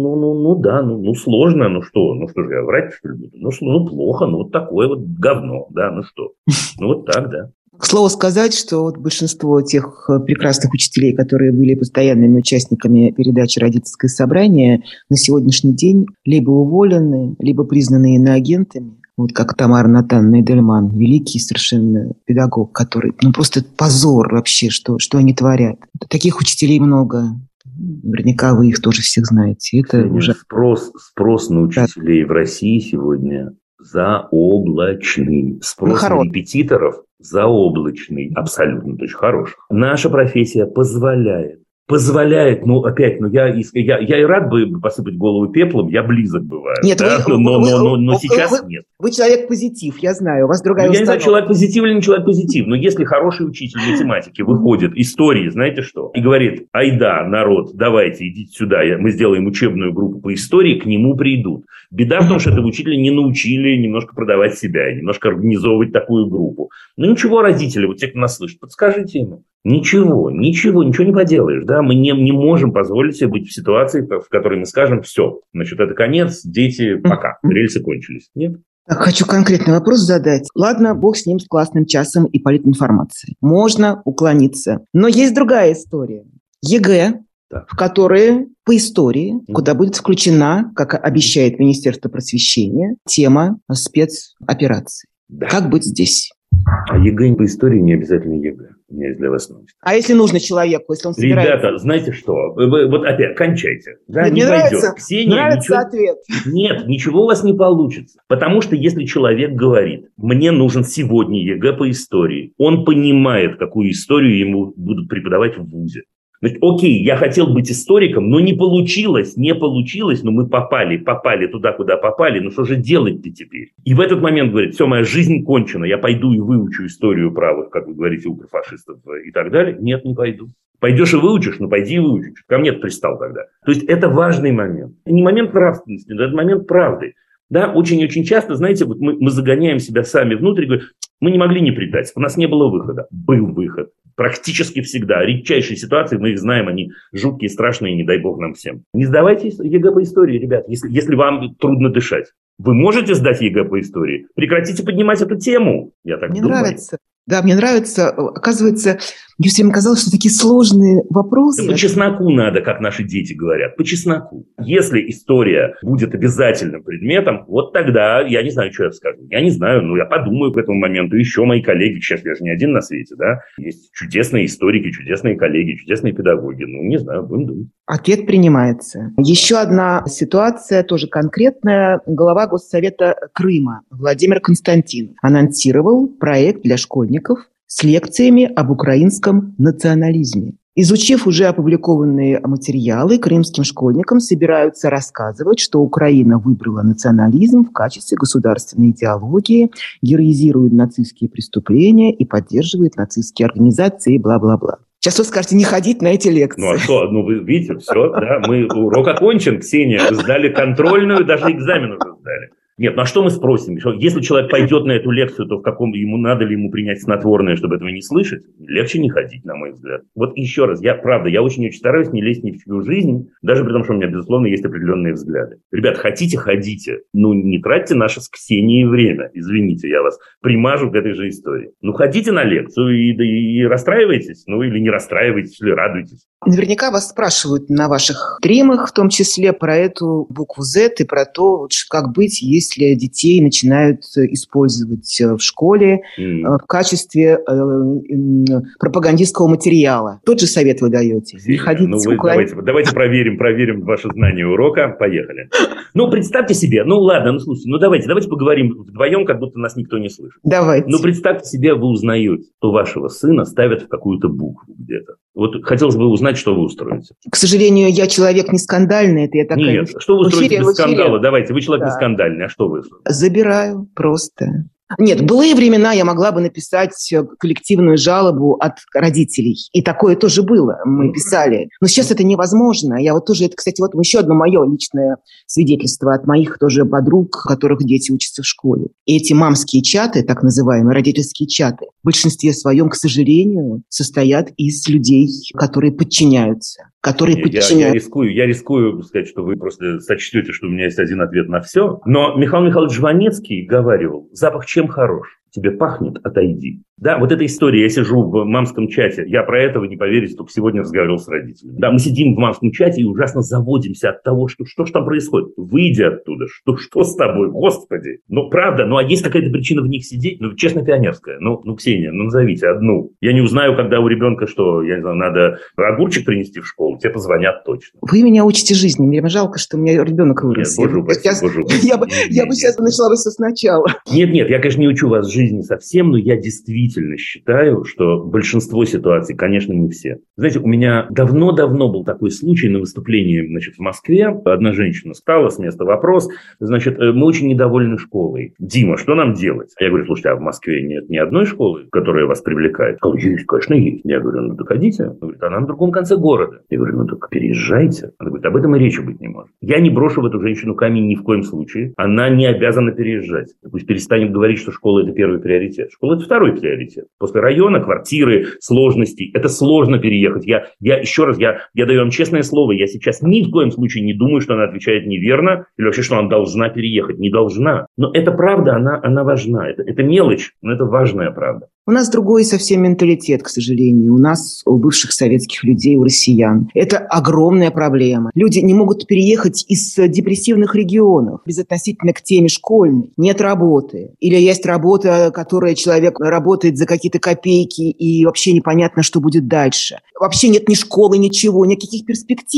Ну, сложно. Ну что же я врать, что ли, буду? Ну, плохо, ну, вот такое вот говно, да, ну что? Ну, вот так, да. К слову сказать, что вот большинство тех прекрасных учителей, которые были постоянными участниками передачи «Родительское собрание», на сегодняшний день либо уволены, либо признаны иноагентами. Вот как Тамара Натановна Эдельман, великий совершенно педагог, который, просто позор вообще, что они творят. Таких учителей много. Наверняка вы их тоже всех знаете. Это уже... Спрос на учителей в России сегодня заоблачный. Спрос на репетиторов заоблачный. Абсолютно точно хороших. Наша профессия позволяет, я и рад бы посыпать голову пеплом, я близок бываю. Нет, да? но сейчас нет. Вы человек-позитив, я знаю, у вас другая установка. Я не знаю, человек-позитив или не человек-позитив, но если хороший учитель математики выходит истории, знаете что, и говорит, айда, народ, давайте, идите сюда, мы сделаем учебную группу по истории, к нему придут. Беда в том, что этого учителя не научили немножко продавать себя, немножко организовывать такую группу. Ну ничего, родители, вот те, кто нас слышит, подскажите ему. Ничего не поделаешь, да, мы не можем позволить себе быть в ситуации, в которой мы скажем, все, значит, это конец, дети, пока, рельсы кончились. Нет? Так, хочу конкретный вопрос задать. Ладно, бог с ним, с классным часом и политинформацией. Можно уклониться. Но есть другая история. ЕГЭ, в которые по истории, куда будет включена, как обещает Министерство просвещения, тема спецопераций. Да. Как быть здесь? А ЕГЭ по истории не обязательно ЕГЭ. У меня есть для вас новость. А если нужно человеку, если он собирается... Ребята, знаете что? Вы вот опять кончайте. Да, нет, не мне пойдет. Нравится, Ксения, нравится ответ. Нет, ничего у вас не получится. Потому что если человек говорит, мне нужен сегодня ЕГЭ по истории, он понимает, какую историю ему будут преподавать в вузе. Окей, я хотел быть историком, но не получилось, но мы попали туда, куда попали, ну что же делать-то теперь? И в этот момент говорит, все, моя жизнь кончена, я пойду и выучу историю правых, как вы говорите, укрофашистов и так далее. Нет, не пойду. Пойдешь и выучишь, ну пойди и выучишь. Ко мне пристал тогда. То есть это важный момент. Не момент нравственности, но это момент правды. Да, очень-очень часто, знаете, вот мы загоняем себя сами внутрь и говорим, мы не могли не предать, у нас не было выхода. Был выход. Практически всегда. Редчайшие ситуации, мы их знаем, они жуткие, страшные, не дай бог нам всем. Не сдавайте ЕГЭ по истории, ребят, если вам трудно дышать. Вы можете сдать ЕГЭ по истории? Прекратите поднимать эту тему. Я так Мне думаю. нравится. Да, мне нравится. Оказывается, мне все время казалось, что такие сложные вопросы. Да по чесноку надо, как наши дети говорят, по чесноку. Если история будет обязательным предметом, вот тогда я не знаю, что я скажу. Я не знаю, но я подумаю к этому моменту. Еще мои коллеги, сейчас я же не один на свете, да, есть чудесные историки, чудесные коллеги, чудесные педагоги. Ну, не знаю, будем думать. Ответ принимается. Еще одна ситуация, тоже конкретная. Глава Госсовета Крыма Владимир Константинов анонсировал проект для школьников с лекциями об украинском национализме. Изучив уже опубликованные материалы, крымским школьникам собираются рассказывать, что Украина выбрала национализм в качестве государственной идеологии, героизирует нацистские преступления и поддерживает нацистские организации и бла-бла-бла. Сейчас вы скажете, не ходить на эти лекции. Ну а что? Ну вы видите, все, да, урок окончен, Ксения, вы сдали контрольную, даже экзамен уже сдали. Нет, ну а что мы спросим? Если человек пойдет на эту лекцию, то надо ли ему принять снотворное, чтобы этого не слышать? Легче не ходить, на мой взгляд. Вот еще раз, я очень-очень стараюсь не лезть ни в чью жизнь, даже при том, что у меня, безусловно, есть определенные взгляды. Ребят, хотите, ходите. Ну, не тратьте наше с Ксенией время. Извините, я вас примажу к этой же истории. Ну, ходите на лекцию и расстраивайтесь, ну, или не расстраивайтесь, или радуйтесь. Наверняка вас спрашивают на ваших стримах, в том числе про эту букву Z и про то, как быть, если детей начинают использовать в школе в качестве пропагандистского материала. Тот же совет вы даете. Не ходите давайте проверим ваше знание урока. Поехали. Ну, представьте себе, слушайте, давайте поговорим вдвоем, как будто нас никто не слышит. Давайте. Ну, представьте себе, вы узнаете, что вашего сына ставят в какую-то букву где-то. Вот хотелось бы узнать, что вы устроите. К сожалению, я человек не скандальный. Это я такая... Нет, что вы устроите без скандала? Давайте, вы человек не скандальный, а что вы? Забираю просто. Нет, в былые времена я могла бы написать коллективную жалобу от родителей. И такое тоже было. Мы писали. Но сейчас это невозможно. Я вот тоже, это, кстати, вот еще одно мое личное свидетельство от моих тоже подруг, у которых дети учатся в школе. И эти мамские чаты, так называемые родительские чаты, в большинстве своем, к сожалению, состоят из людей, которые подчиняются. Я рискую сказать, что вы просто сочтете, что у меня есть один ответ на все. Но Михаил Михайлович Жванецкий говаривал, запах чем хорош? Тебе пахнет, отойди. Да, вот эта история, я сижу в мамском чате, я про это, вы не поверите, только сегодня разговаривал с родителями. Да, мы сидим в мамском чате и ужасно заводимся от того, что ж там происходит. Выйди оттуда, что с тобой, господи. Ну, правда, а есть какая-то причина в них сидеть? Ну, честно, пионерская. Ну, Ксения, назовите одну. Я не узнаю, когда у ребенка что, я не знаю, надо огурчик принести в школу, тебе позвонят точно. Вы меня учите жизни, мне жалко, что у меня ребенок вырос. Нет, боже упаси. Я бы сейчас начала бы все сначала. Нет, я, конечно, не учу вас жизни совсем, но я действительно считаю, что большинство ситуаций, конечно, не все. Знаете, у меня давно-давно был такой случай на выступлении, в Москве. Одна женщина встала с места вопрос, мы очень недовольны школой. Дима, что нам делать? Я говорю, слушайте, а в Москве нет ни одной школы, которая вас привлекает? Она говорит, есть, конечно, есть. Я говорю, ну так ходите. Она говорит, она на другом конце города. Я говорю, ну так переезжайте. Она говорит, об этом и речи быть не может. Я не брошу в эту женщину камень ни в коем случае. Она не обязана переезжать. Пусть перестанет говорить, что школа – это первый приоритет. Школа – это второй приоритет. После района, квартиры, сложностей. Это сложно переехать. Я даю вам честное слово, я сейчас ни в коем случае не думаю, что она отвечает неверно или вообще, что она должна переехать. Не должна. Но эта правда, она важна. Это мелочь, но это важная правда. У нас другой совсем менталитет, к сожалению. У нас, у бывших советских людей, у россиян. Это огромная проблема. Люди не могут переехать из депрессивных регионов безотносительно к теме школьной. Нет работы. Или есть работа, которая человек работает за какие-то копейки, и вообще непонятно, что будет дальше. Вообще нет ни школы, ничего, никаких перспектив.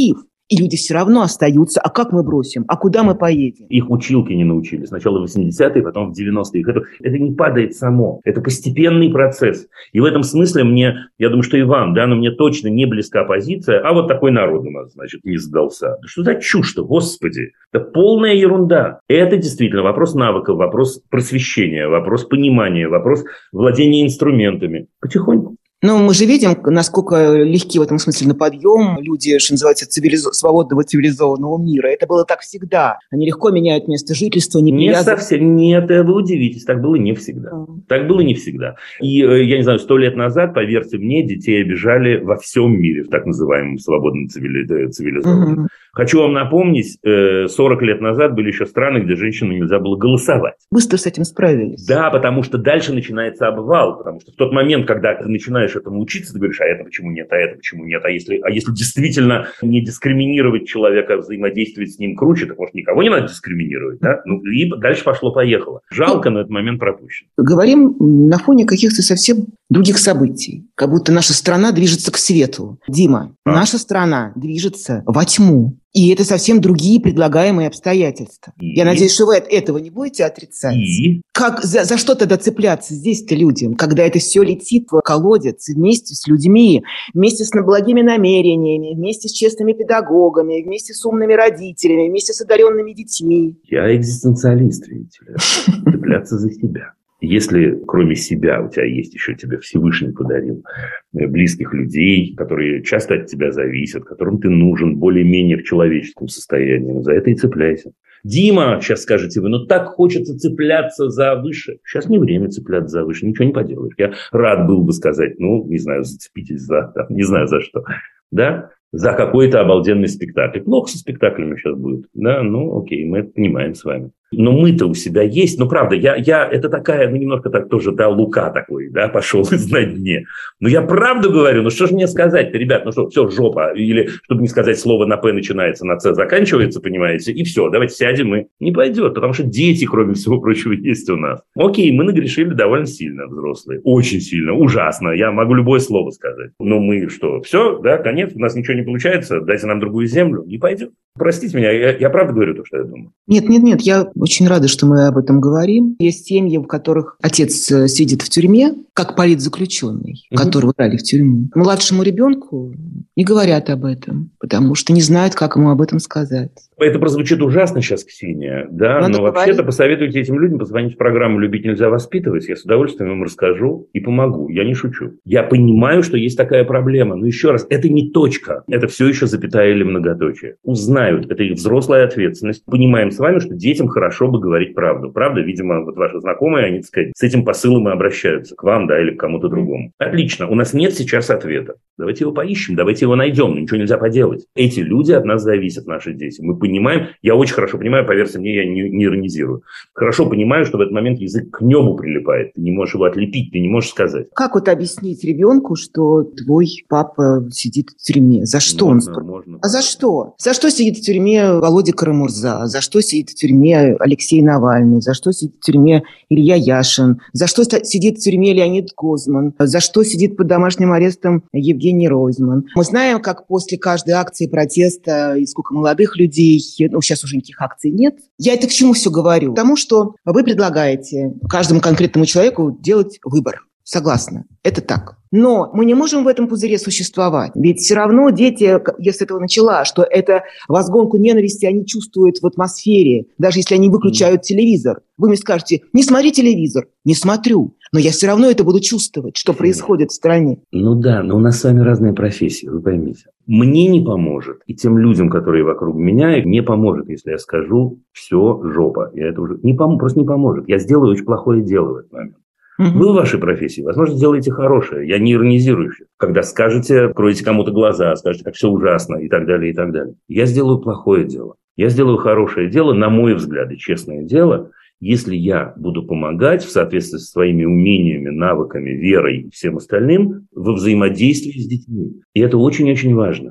И люди все равно остаются. А как мы бросим? А куда мы поедем? Их училки не научили. Сначала в 80-е, потом в 90-е. Это не падает само. Это постепенный процесс. И в этом смысле я думаю, что и вам, да, но мне точно не близка позиция, а вот такой народ у нас, значит, не сдался. Да что за чушь-то, господи? Это полная ерунда. Это действительно вопрос навыков, вопрос просвещения, вопрос понимания, вопрос владения инструментами. Потихоньку. Но мы же видим, насколько легки в этом смысле на подъем люди, что называется, свободного цивилизованного мира. Это было так всегда. Они легко меняют место жительства, не привязывают. Не совсем. Нет, вы удивитесь, так было не всегда. Так было не всегда. И, я не знаю, 100 лет назад, поверьте мне, детей обижали во всем мире, в так называемом свободном цивилизованном. Хочу вам напомнить, 40 лет назад были еще страны, где женщинам нельзя было голосовать. Быстро с этим справились. Да, потому что дальше начинается обвал. Потому что в тот момент, когда ты начинаешь этому учиться, ты говоришь, а это почему нет, а это почему нет. А если действительно не дискриминировать человека, взаимодействовать с ним круче, так может никого не надо дискриминировать. Да? Ну, и дальше пошло-поехало. Жалко, но этот момент пропущен. Говорим на фоне каких-то совсем других событий. Как будто наша страна движется к свету. Дима, наша страна движется во тьму. И это совсем другие предлагаемые обстоятельства. Я надеюсь, что вы этого не будете отрицать. Как, за что тогда цепляться здесь-то людям, когда это все летит в колодец вместе с людьми, вместе с благими намерениями, вместе с честными педагогами, вместе с умными родителями, вместе с одаренными детьми? Я экзистенциалист, видите ли. Цепляться за себя. Если кроме себя у тебя есть еще, тебе Всевышний подарил близких людей, которые часто от тебя зависят, которым ты нужен более-менее в человеческом состоянии, за это и цепляйся. Дима, сейчас скажете вы, так хочется цепляться за выше. Сейчас не время цепляться за выше, ничего не поделаешь. Я рад был бы сказать, не знаю, зацепитесь за, не знаю за что, да, за какой-то обалденный спектакль. Плохо со спектаклями сейчас будет, да, окей, мы это понимаем с вами. Но мы-то у себя есть, правда, это такая, немножко так тоже, да, Лука такой, да, пошел на дне. Но я правду говорю, что же мне сказать-то, ребят, все, жопа, или, чтобы не сказать слово на П начинается, на Ц заканчивается, понимаете, и все, давайте сядем, и не пойдет, потому что дети, кроме всего прочего, есть у нас. Окей, мы нагрешили довольно сильно, взрослые, очень сильно, ужасно, я могу любое слово сказать. Но мы что, все, да, конец, у нас ничего не получается, дайте нам другую землю, не пойдет. Простите меня, я правда говорю то, что я думаю. Нет, я очень рада, что мы об этом говорим. Есть семьи, в которых отец сидит в тюрьме, как политзаключенный, которого брали в тюрьму. Младшему ребенку не говорят об этом, потому что не знают, как ему об этом сказать. Это прозвучит ужасно сейчас, Ксения, да, но вообще-то посоветуйте этим людям позвонить в программу «Любить нельзя воспитывать». Я с удовольствием им расскажу и помогу. Я не шучу. Я понимаю, что есть такая проблема. Но еще раз, это не точка. Это все еще запятая или многоточие. Узнают. Это их взрослая ответственность. Понимаем с вами, что детям хорошо бы говорить правду. Правда, видимо, вот ваши знакомые, они, так сказать, с этим посылом и обращаются к вам, да, или к кому-то другому. Отлично. У нас нет сейчас ответа. Давайте его поищем, давайте его найдем. Но ничего нельзя поделать. Эти люди от нас зависят, наши дети. Мы понимаем, я очень хорошо понимаю, поверьте мне, я не иронизирую. Хорошо понимаю, что в этот момент язык к небу прилипает. Ты не можешь его отлепить, ты не можешь сказать. Как вот объяснить ребенку, что твой папа сидит в тюрьме? За что можно. А за что? За что сидит в тюрьме Володя Карамурза? За что сидит в тюрьме Алексей Навальный? За что сидит в тюрьме Илья Яшин? За что сидит в тюрьме Леонид Гозман? За что сидит под домашним арестом Евгений Ройзман? Мы знаем, как после каждой акции протеста и сколько молодых людей, сейчас уже никаких акций нет. Я это к чему все говорю? Потому что вы предлагаете каждому конкретному человеку делать выбор. Согласна, это так. Но мы не можем в этом пузыре существовать. Ведь все равно дети, я с этого начала, что это возгонку ненависти они чувствуют в атмосфере, даже если они выключают телевизор. Вы мне скажете, не смотри телевизор. Не смотрю. Но я все равно это буду чувствовать, что происходит в стране. Да, но у нас с вами разные профессии, вы поймите. Мне не поможет, и тем людям, которые вокруг меня, не поможет, если я скажу «все, жопа». Я это уже просто не поможет. Я сделаю очень плохое дело в этот момент. Вы в вашей профессии, возможно, сделаете хорошее, я не иронизирующий. Когда скажете, откроете кому-то глаза, скажете, как все ужасно и так далее, и так далее. Я сделаю плохое дело. Я сделаю хорошее дело, на мой взгляд, и честное дело, если я буду помогать в соответствии со своими умениями, навыками, верой и всем остальным во взаимодействии с детьми. И это очень-очень важно.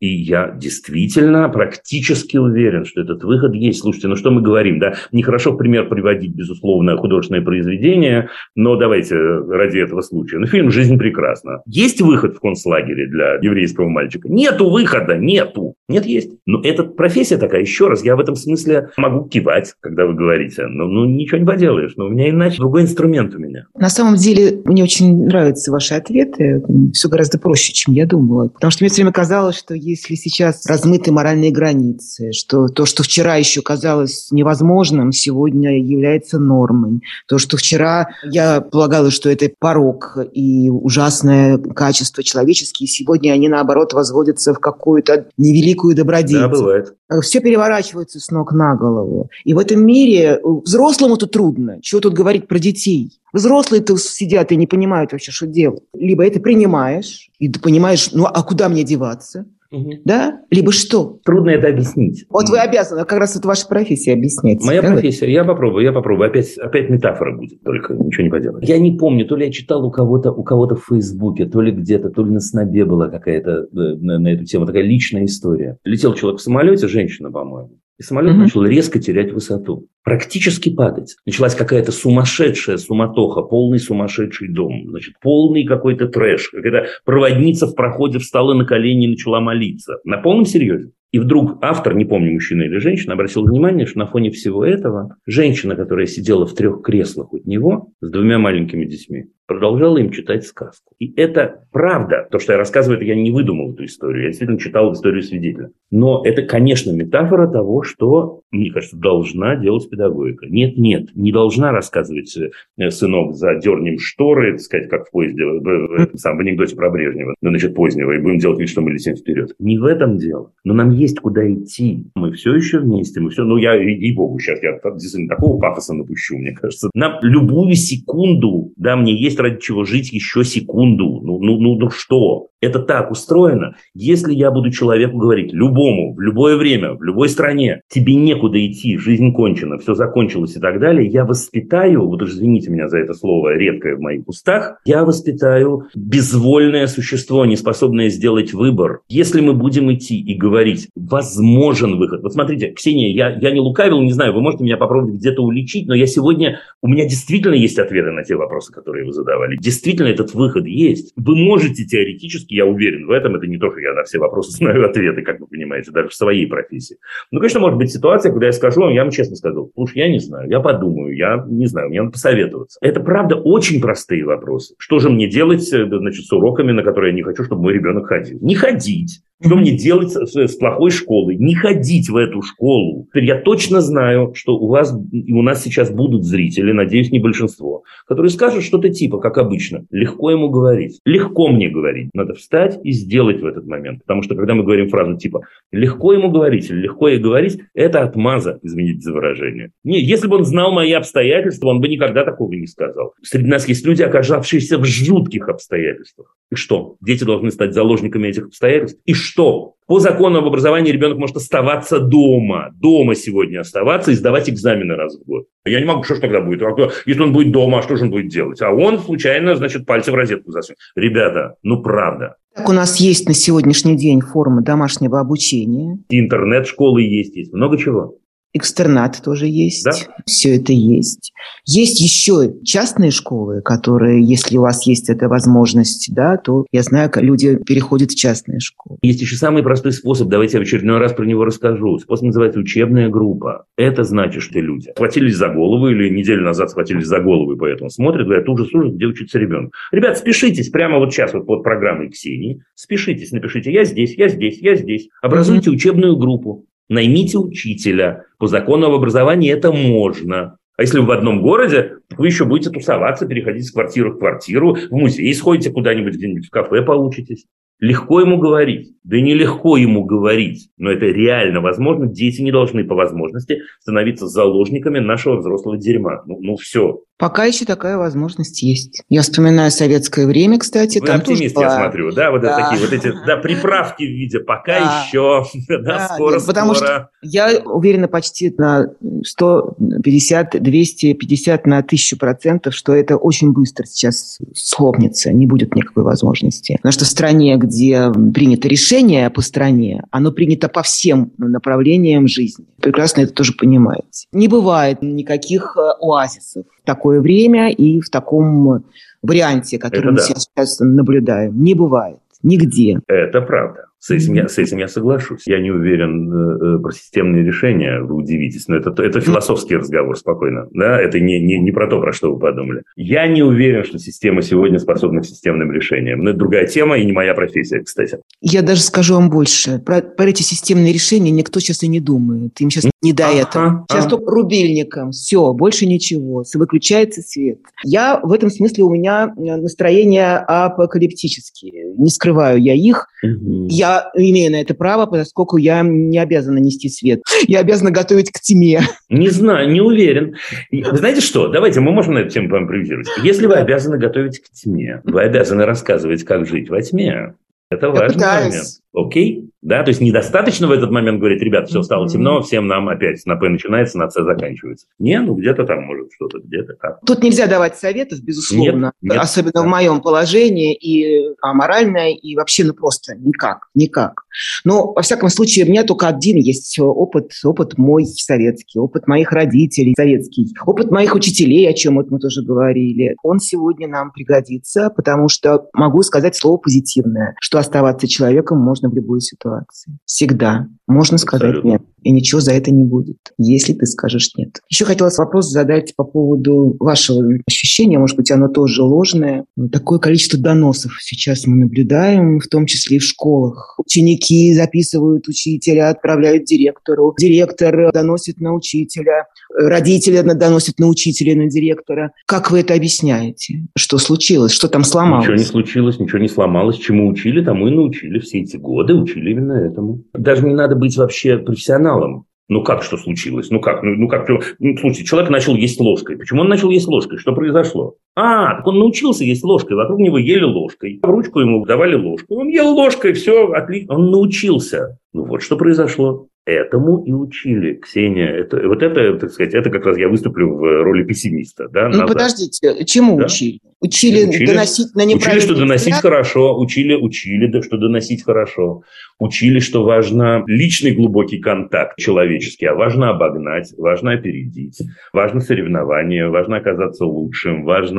И я действительно практически уверен, что этот выход есть. Слушайте, ну что мы говорим, да? Нехорошо в пример приводить, безусловно, художественное произведение, но давайте ради этого случая. Ну, фильм «Жизнь прекрасна». Есть выход в концлагере для еврейского мальчика? Нету выхода, нету. Нет, есть. Но эта профессия такая, еще раз, я в этом смысле могу кивать, когда вы говорите. Ну ничего не поделаешь, но у меня иначе другой инструмент у меня. На самом деле, мне очень нравятся ваши ответы. Все гораздо проще, чем я думала. Потому что мне все время казалось, что если сейчас размыты моральные границы, что то, что вчера еще казалось невозможным, сегодня является нормой. То, что вчера я полагала, что это порок и ужасное качество человеческие, сегодня они, наоборот, возводятся в какую-то невеликую добродетель. Да, бывает. Все переворачивается с ног на голову. И в этом мире взрослому-то трудно. Чего тут говорить про детей? Взрослые-то сидят и не понимают вообще, что делать. Либо это принимаешь, и ты понимаешь, ну а куда мне деваться? Да? Либо что? Трудно это объяснить. Вот вы обязаны, как раз это ваша профессия объяснять. Моя профессия, я попробую. Опять метафора будет, только ничего не поделать. Я не помню, то ли я читал у кого-то в Фейсбуке, то ли где-то, то ли на Снобе была какая-то на эту тему такая личная история. Летел человек в самолете, женщина, по-моему. И самолет начал резко терять высоту. Практически падать. Началась какая-то сумасшедшая суматоха, полный сумасшедший дом. Значит, полный какой-то трэш. Какая-то проводница в проходе встала на колени и начала молиться. На полном серьезе. И вдруг автор, не помню, мужчина или женщина, обратил внимание, что на фоне всего этого женщина, которая сидела в 3 креслах от него с 2 маленькими детьми, продолжала им читать сказку. И это правда. То, что я рассказываю, это я не выдумал эту историю. Я действительно читал историю свидетеля. Но это, конечно, метафора того, что, мне кажется, должна делать педагогика. Нет, не должна рассказывать сынок задернем шторы, так сказать, как в поезде, в анекдоте про Брежнева, значит, позднего, и будем делать вид, что мы летим вперед. Не в этом дело. Но нам есть куда идти. Мы все еще вместе. Я, ей-богу, сейчас я действительно такого пафоса напущу, мне кажется. Нам любую секунду, да, мне есть ради чего жить еще секунду. Ну что? Это так устроено. Если я буду человеку говорить, любому, в любое время, в любой стране, тебе некуда идти, жизнь кончена, все закончилось и так далее, я воспитаю, вот уж извините меня за это слово, редкое в моих устах, я воспитаю безвольное существо, не способное сделать выбор. Если мы будем идти и говорить, возможен выход. Вот смотрите, Ксения, я не лукавил, не знаю, вы можете меня попробовать где-то уличить, но у меня действительно есть ответы на те вопросы, которые вы задавали. Действительно этот выход есть. Вы можете теоретически, я уверен в этом, это не то, что я на все вопросы знаю ответы, как вы понимаете, даже в своей профессии. Ну, конечно, может быть ситуация, когда я скажу вам, я вам честно скажу, слушай, я не знаю, я подумаю, я не знаю, мне надо посоветоваться. Это, правда, очень простые вопросы. Что же мне делать, значит, с уроками, на которые я не хочу, чтобы мой ребенок ходил? Не ходить. Что мне делать с плохой школой? Не ходить в эту школу. Я точно знаю, что у нас сейчас будут зрители, надеюсь, не большинство, которые скажут что-то типа, как обычно, легко ему говорить. Легко мне говорить. Надо встать и сделать в этот момент. Потому что, когда мы говорим фразу типа «легко ему говорить» или «легко ей говорить», это отмаза, извините за выражение. Нет, если бы он знал мои обстоятельства, он бы никогда такого не сказал. Среди нас есть люди, оказавшиеся в жутких обстоятельствах. И что? Дети должны стать заложниками этих обстоятельств? И что? По закону об образовании ребенок может оставаться дома. Дома сегодня оставаться и сдавать экзамены раз в год. Я не могу, что ж тогда будет? Если он будет дома, что же он будет делать? А он случайно, значит, пальцы в розетку засунет. Ребята, правда. Так, у нас есть на сегодняшний день форма домашнего обучения. Интернет-школы есть много чего. Экстернат тоже есть. Да? Все это есть. Есть еще частные школы, которые, если у вас есть эта возможность, да, то я знаю, как люди переходят в частные школы. Есть еще самый простой способ, давайте я в очередной раз про него расскажу. Способ называется учебная группа. Это значит, что люди схватились за голову или неделю назад схватились за голову и поэтому смотрят, говорят, ужас, где учится ребенок. Ребят, спешитесь прямо вот сейчас вот под программой Ксении. Спешитесь, напишите «я здесь». Образуйте учебную группу. Наймите учителя. По закону об образовании это можно. А если вы в одном городе, то вы еще будете тусоваться, переходить с квартиры в квартиру, в музей сходите куда-нибудь, где-нибудь в кафе поучитесь. Легко ему говорить. Да и нелегко ему говорить. Но это реально возможно. Дети не должны по возможности становиться заложниками нашего взрослого дерьма. Все. Пока еще такая возможность есть. Я вспоминаю советское время, кстати. Вы оптимист, я смотрю, да? Такие вот эти приправки в виде «пока еще», «скоро». Потому что я уверена почти на 150, 250, на 1000%, что это очень быстро сейчас схлопнется, не будет никакой возможности. Потому что в стране, где принято решение по стране, оно принято по всем направлениям жизни. Прекрасно это тоже понимаете. Не бывает никаких оазисов в такое время и в таком варианте, который мы сейчас наблюдаем. Не бывает. Нигде. Это правда. С этим я соглашусь. Я не уверен про системные решения, вы удивитесь, но это философский разговор, спокойно. Да? Это не про то, про что вы подумали. Я не уверен, что система сегодня способна к системным решениям. Но это другая тема и не моя профессия, кстати. Я даже скажу вам больше. Про эти системные решения никто сейчас и не думает. Им сейчас не до этого. Сейчас только рубильником. Все, больше ничего. Выключается свет. Я в этом смысле, у меня настроения апокалиптические. Не скрываю я их. Я имею на это право, поскольку я не обязана нести свет. Я обязана готовить к тьме. Не знаю, не уверен. Вы знаете что? Давайте, мы можем на эту тему поимпровизировать. Если вы обязаны готовить к тьме, вы обязаны рассказывать, как жить во тьме. Это важный момент. Окей? Да, то есть недостаточно в этот момент говорить, ребят, все стало темно, всем нам опять на П начинается, на С заканчивается. Не, где-то там может что-то, где-то так. Тут нельзя давать советов, безусловно. Нет, особенно в моем положении, и аморальное, и вообще просто никак. Но, во всяком случае, у меня только один есть опыт мой советский, опыт моих родителей советский, опыт моих учителей, о чем мы тоже говорили. Он сегодня нам пригодится, потому что могу сказать слово позитивное, что оставаться человеком можно в любой ситуации. Всегда. Можно сказать абсолютно нет. И ничего за это не будет, если ты скажешь нет. Еще хотелось вопрос задать по поводу вашего ощущения, может быть, оно тоже ложное. Такое количество доносов сейчас мы наблюдаем, в том числе и в школах. Ученики записывают учителя, отправляют директору. Директор доносит на учителя. Родители доносят на учителя и на директора. Как вы это объясняете? Что случилось? Что там сломалось? Ничего не случилось, ничего не сломалось. Чему учили, тому и научили. Все эти годы учили именно этому. Даже не надо быть вообще профессионалом. Что случилось? Слушайте, человек начал есть ложкой. Почему он начал есть ложкой? Что произошло? Так он научился есть ложкой. Вокруг него ели ложкой. В ручку ему давали ложку. Он ел ложкой, все, отлично. Он научился. Вот что произошло. Этому и учили, Ксения. Это как раз я выступлю в роли пессимиста. Да, подождите, чему учили? Учили доносить на неправильный Учили, что доносить хорошо. Учили, что доносить хорошо. Учили, что важно личный глубокий контакт человеческий, а важно обогнать, важно опередить, важно соревнование, важно оказаться лучшим, важно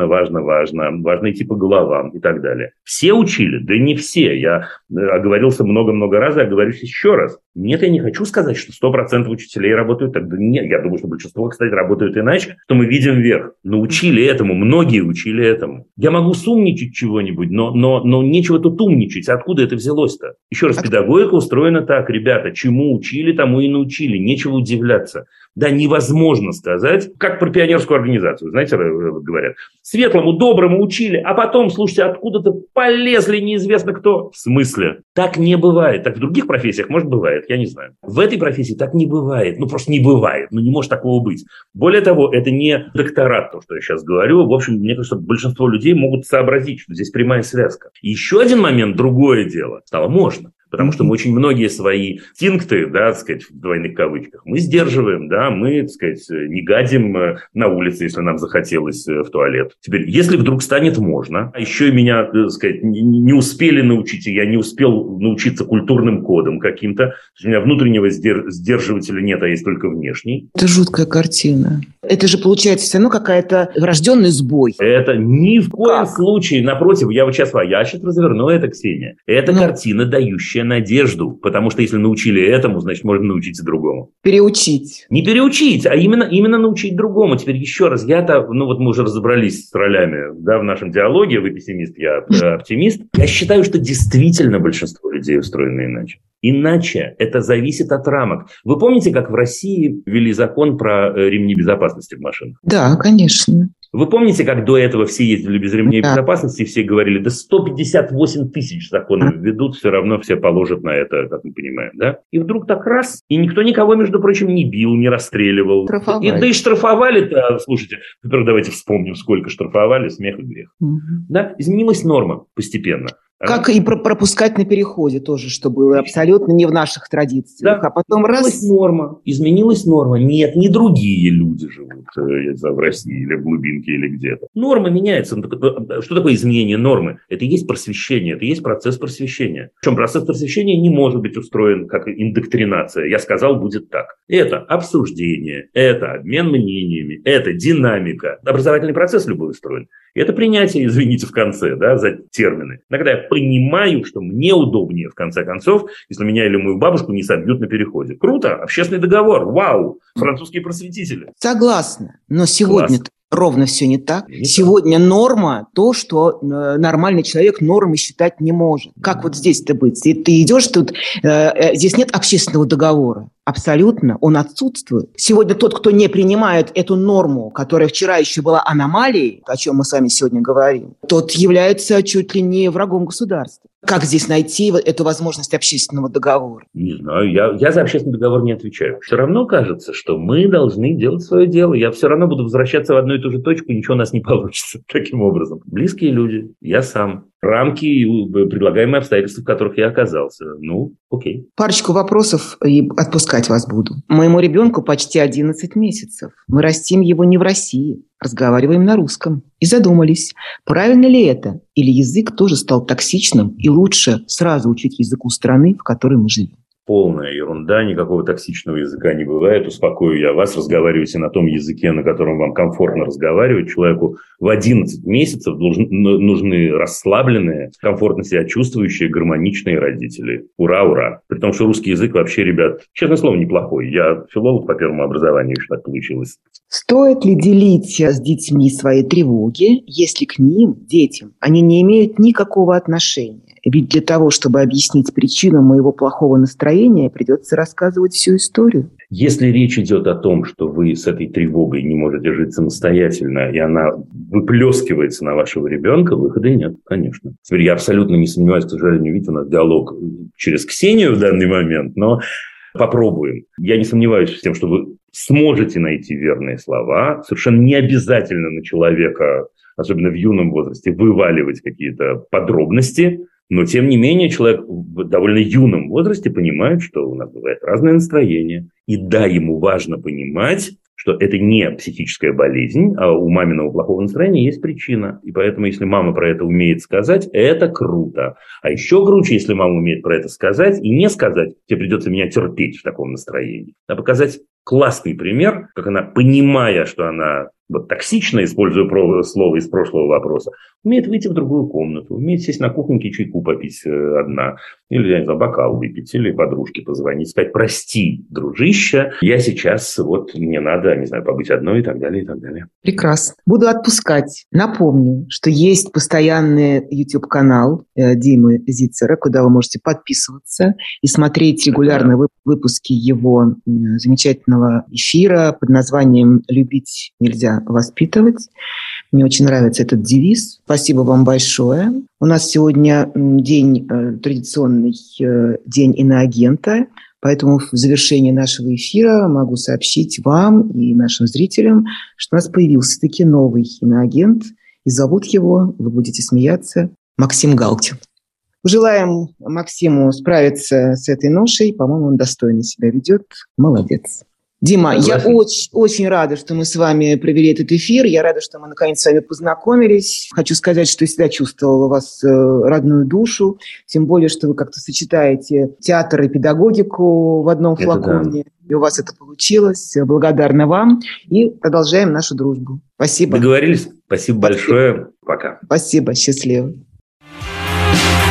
идти по головам и так далее. Все учили? Да не все. Я оговорился много-много раз и оговорюсь еще раз. Нет, я не хочу сказать, что 100% учителей работают так. Да нет, я думаю, что большинство, кстати, работают иначе, что мы видим вверх. Но учили этому, многие учили этому. Я могу сумничать чего-нибудь, но нечего тут умничать. Откуда это взялось-то? Еще раз, педагогика устроена так, ребята, чему учили, тому и научили. Нечего удивляться. Да, невозможно сказать, как про пионерскую организацию, знаете, говорят. Светлому, доброму учили, а потом, слушайте, откуда-то полезли неизвестно кто. В смысле? Так не бывает. Так в других профессиях, может, бывает, я не знаю. В этой профессии так не бывает. Просто не бывает. Не может такого быть. Более того, это не докторат, то, что я сейчас говорю. В общем, мне кажется, большинство людей могут сообразить, что здесь прямая связка. И еще один момент, другое дело. Стало можно. Потому что мы очень многие свои инстинкты, да, так сказать, в двойных кавычках, мы сдерживаем, да, мы, так сказать, не гадим на улице, если нам захотелось в туалет. Теперь, если вдруг станет можно, а еще и меня, так сказать, не успели научить, и я не успел научиться культурным кодам каким-то, у меня внутреннего сдерживателя нет, а есть только внешний. Это жуткая картина. Это же получается все равно какая-то врожденный сбой. Это ни в коем случае, напротив, я сейчас разверну это, Ксения. Это картина, дающая надежду, потому что если научили этому, значит, можно научиться другому. Переучить. Не переучить, а именно научить другому. Теперь еще раз, мы уже разобрались с ролями, да, в нашем диалоге, вы пессимист, я оптимист. Я считаю, что действительно большинство людей устроено иначе. Иначе это зависит от рамок. Вы помните, как в России ввели закон про ремни безопасности в машинах? Да, конечно. Вы помните, как до этого все ездили без ремней безопасности, и все говорили, да 158 тысяч законов введут, все равно все положат на это, как мы понимаем, да? И вдруг так раз, и никто никого, между прочим, не бил, не расстреливал. И штрафовали-то, слушайте, во-первых, давайте вспомним, сколько штрафовали, смех и грех. Да? Изменилась норма постепенно. Как и пропускать на переходе тоже, что было абсолютно не в наших традициях. Да. А потом изменилась норма. Нет, не другие люди живут, я не знаю, в России или в глубинке или где-то. Норма меняется. Что такое изменение нормы? Это и есть просвещение, это и есть процесс просвещения. Причем процесс просвещения не может быть устроен как индоктринация. Я сказал, будет так. Это обсуждение, это обмен мнениями, это динамика. Образовательный процесс любой устроен. И это принятие, извините, в конце, да, за термины. Когда я понимаю, что мне удобнее, в конце концов, если меня или мою бабушку не собьют на переходе. Круто, общественный договор, вау, французские просветители. Согласна, но сегодня ровно все не так. Сегодня норма то, что нормальный человек нормой считать не может. Как вот здесь-то быть? Ты идешь тут, здесь нет общественного договора. Абсолютно, он отсутствует. Сегодня тот, кто не принимает эту норму, которая вчера еще была аномалией, о чем мы с вами сегодня говорим, тот является чуть ли не врагом государства. Как здесь найти эту возможность общественного договора? Не знаю, я за общественный договор не отвечаю. Все равно кажется, что мы должны делать свое дело. Я все равно буду возвращаться в одну и ту же точку, и ничего у нас не получится таким образом. Близкие люди, я сам. Рамки и предлагаемые обстоятельства, в которых я оказался. Ну, окей. Парочку вопросов и отпускать вас буду. Моему ребенку почти 11 месяцев. Мы растим его не в России, разговариваем на русском. И задумались, правильно ли это? Или язык тоже стал токсичным, и лучше сразу учить языку страны, в которой мы живем? Полная ерунда, никакого токсичного языка не бывает. Успокою я вас, разговаривайте на том языке, на котором вам комфортно разговаривать. Человеку в 11 месяцев нужны расслабленные, комфортно себя чувствующие, гармоничные родители. Ура, ура! При том, что русский язык вообще, ребят, честное слово, неплохой. Я филолог по первому образованию, еще так получилось. Стоит ли делить с детьми свои тревоги, если к ним, детям, они не имеют никакого отношения? Ведь для того, чтобы объяснить причину моего плохого настроения, придется рассказывать всю историю. Если речь идет о том, что вы с этой тревогой не можете жить самостоятельно, и она выплескивается на вашего ребенка, выхода нет, конечно. Теперь я абсолютно не сомневаюсь, к сожалению, видите, у нас диалог через Ксению в данный момент, но попробуем. Я не сомневаюсь в том, что вы сможете найти верные слова. Совершенно не обязательно на человека, особенно в юном возрасте, вываливать какие-то подробности. Но, тем не менее, человек в довольно юном возрасте понимает, что у нас бывает разное настроение. И да, ему важно понимать, что это не психическая болезнь, а у маминого плохого настроения есть причина. И поэтому, если мама про это умеет сказать, это круто. А еще круче, если мама умеет про это сказать и не сказать, тебе придется меня терпеть в таком настроении. А показать классный пример, как она, понимая, что она вот токсично, используя слово из прошлого вопроса, умеет выйти в другую комнату, умеет сесть на кухоньке чайку попить одна, или, я не знаю, бокал выпить, или подружке позвонить, сказать: прости, дружище, я сейчас, вот мне надо, не знаю, побыть одной и так далее, и так далее. Прекрасно. Буду отпускать. Напомню, что есть постоянный YouTube-канал Димы Зицера, куда вы можете подписываться и смотреть регулярно выпуски его замечательного эфира под названием «Любить нельзя воспитывать». Мне очень нравится этот девиз. Спасибо вам большое. У нас сегодня традиционный день иноагента, поэтому в завершении нашего эфира могу сообщить вам и нашим зрителям, что у нас появился таки новый иноагент, и зовут его, вы будете смеяться, Максим Галкин. Желаем Максиму справиться с этой ношей. По-моему, он достойно себя ведет. Молодец. Дима, я очень рада, что мы с вами провели этот эфир. Я рада, что мы наконец с вами познакомились. Хочу сказать, что я всегда чувствовала у вас родную душу. Тем более, что вы как-то сочетаете театр и педагогику в одном флаконе. Да. И у вас это получилось. Благодарна вам. И продолжаем нашу дружбу. Спасибо. Договорились. Спасибо большое. Пока. Спасибо. Счастливо.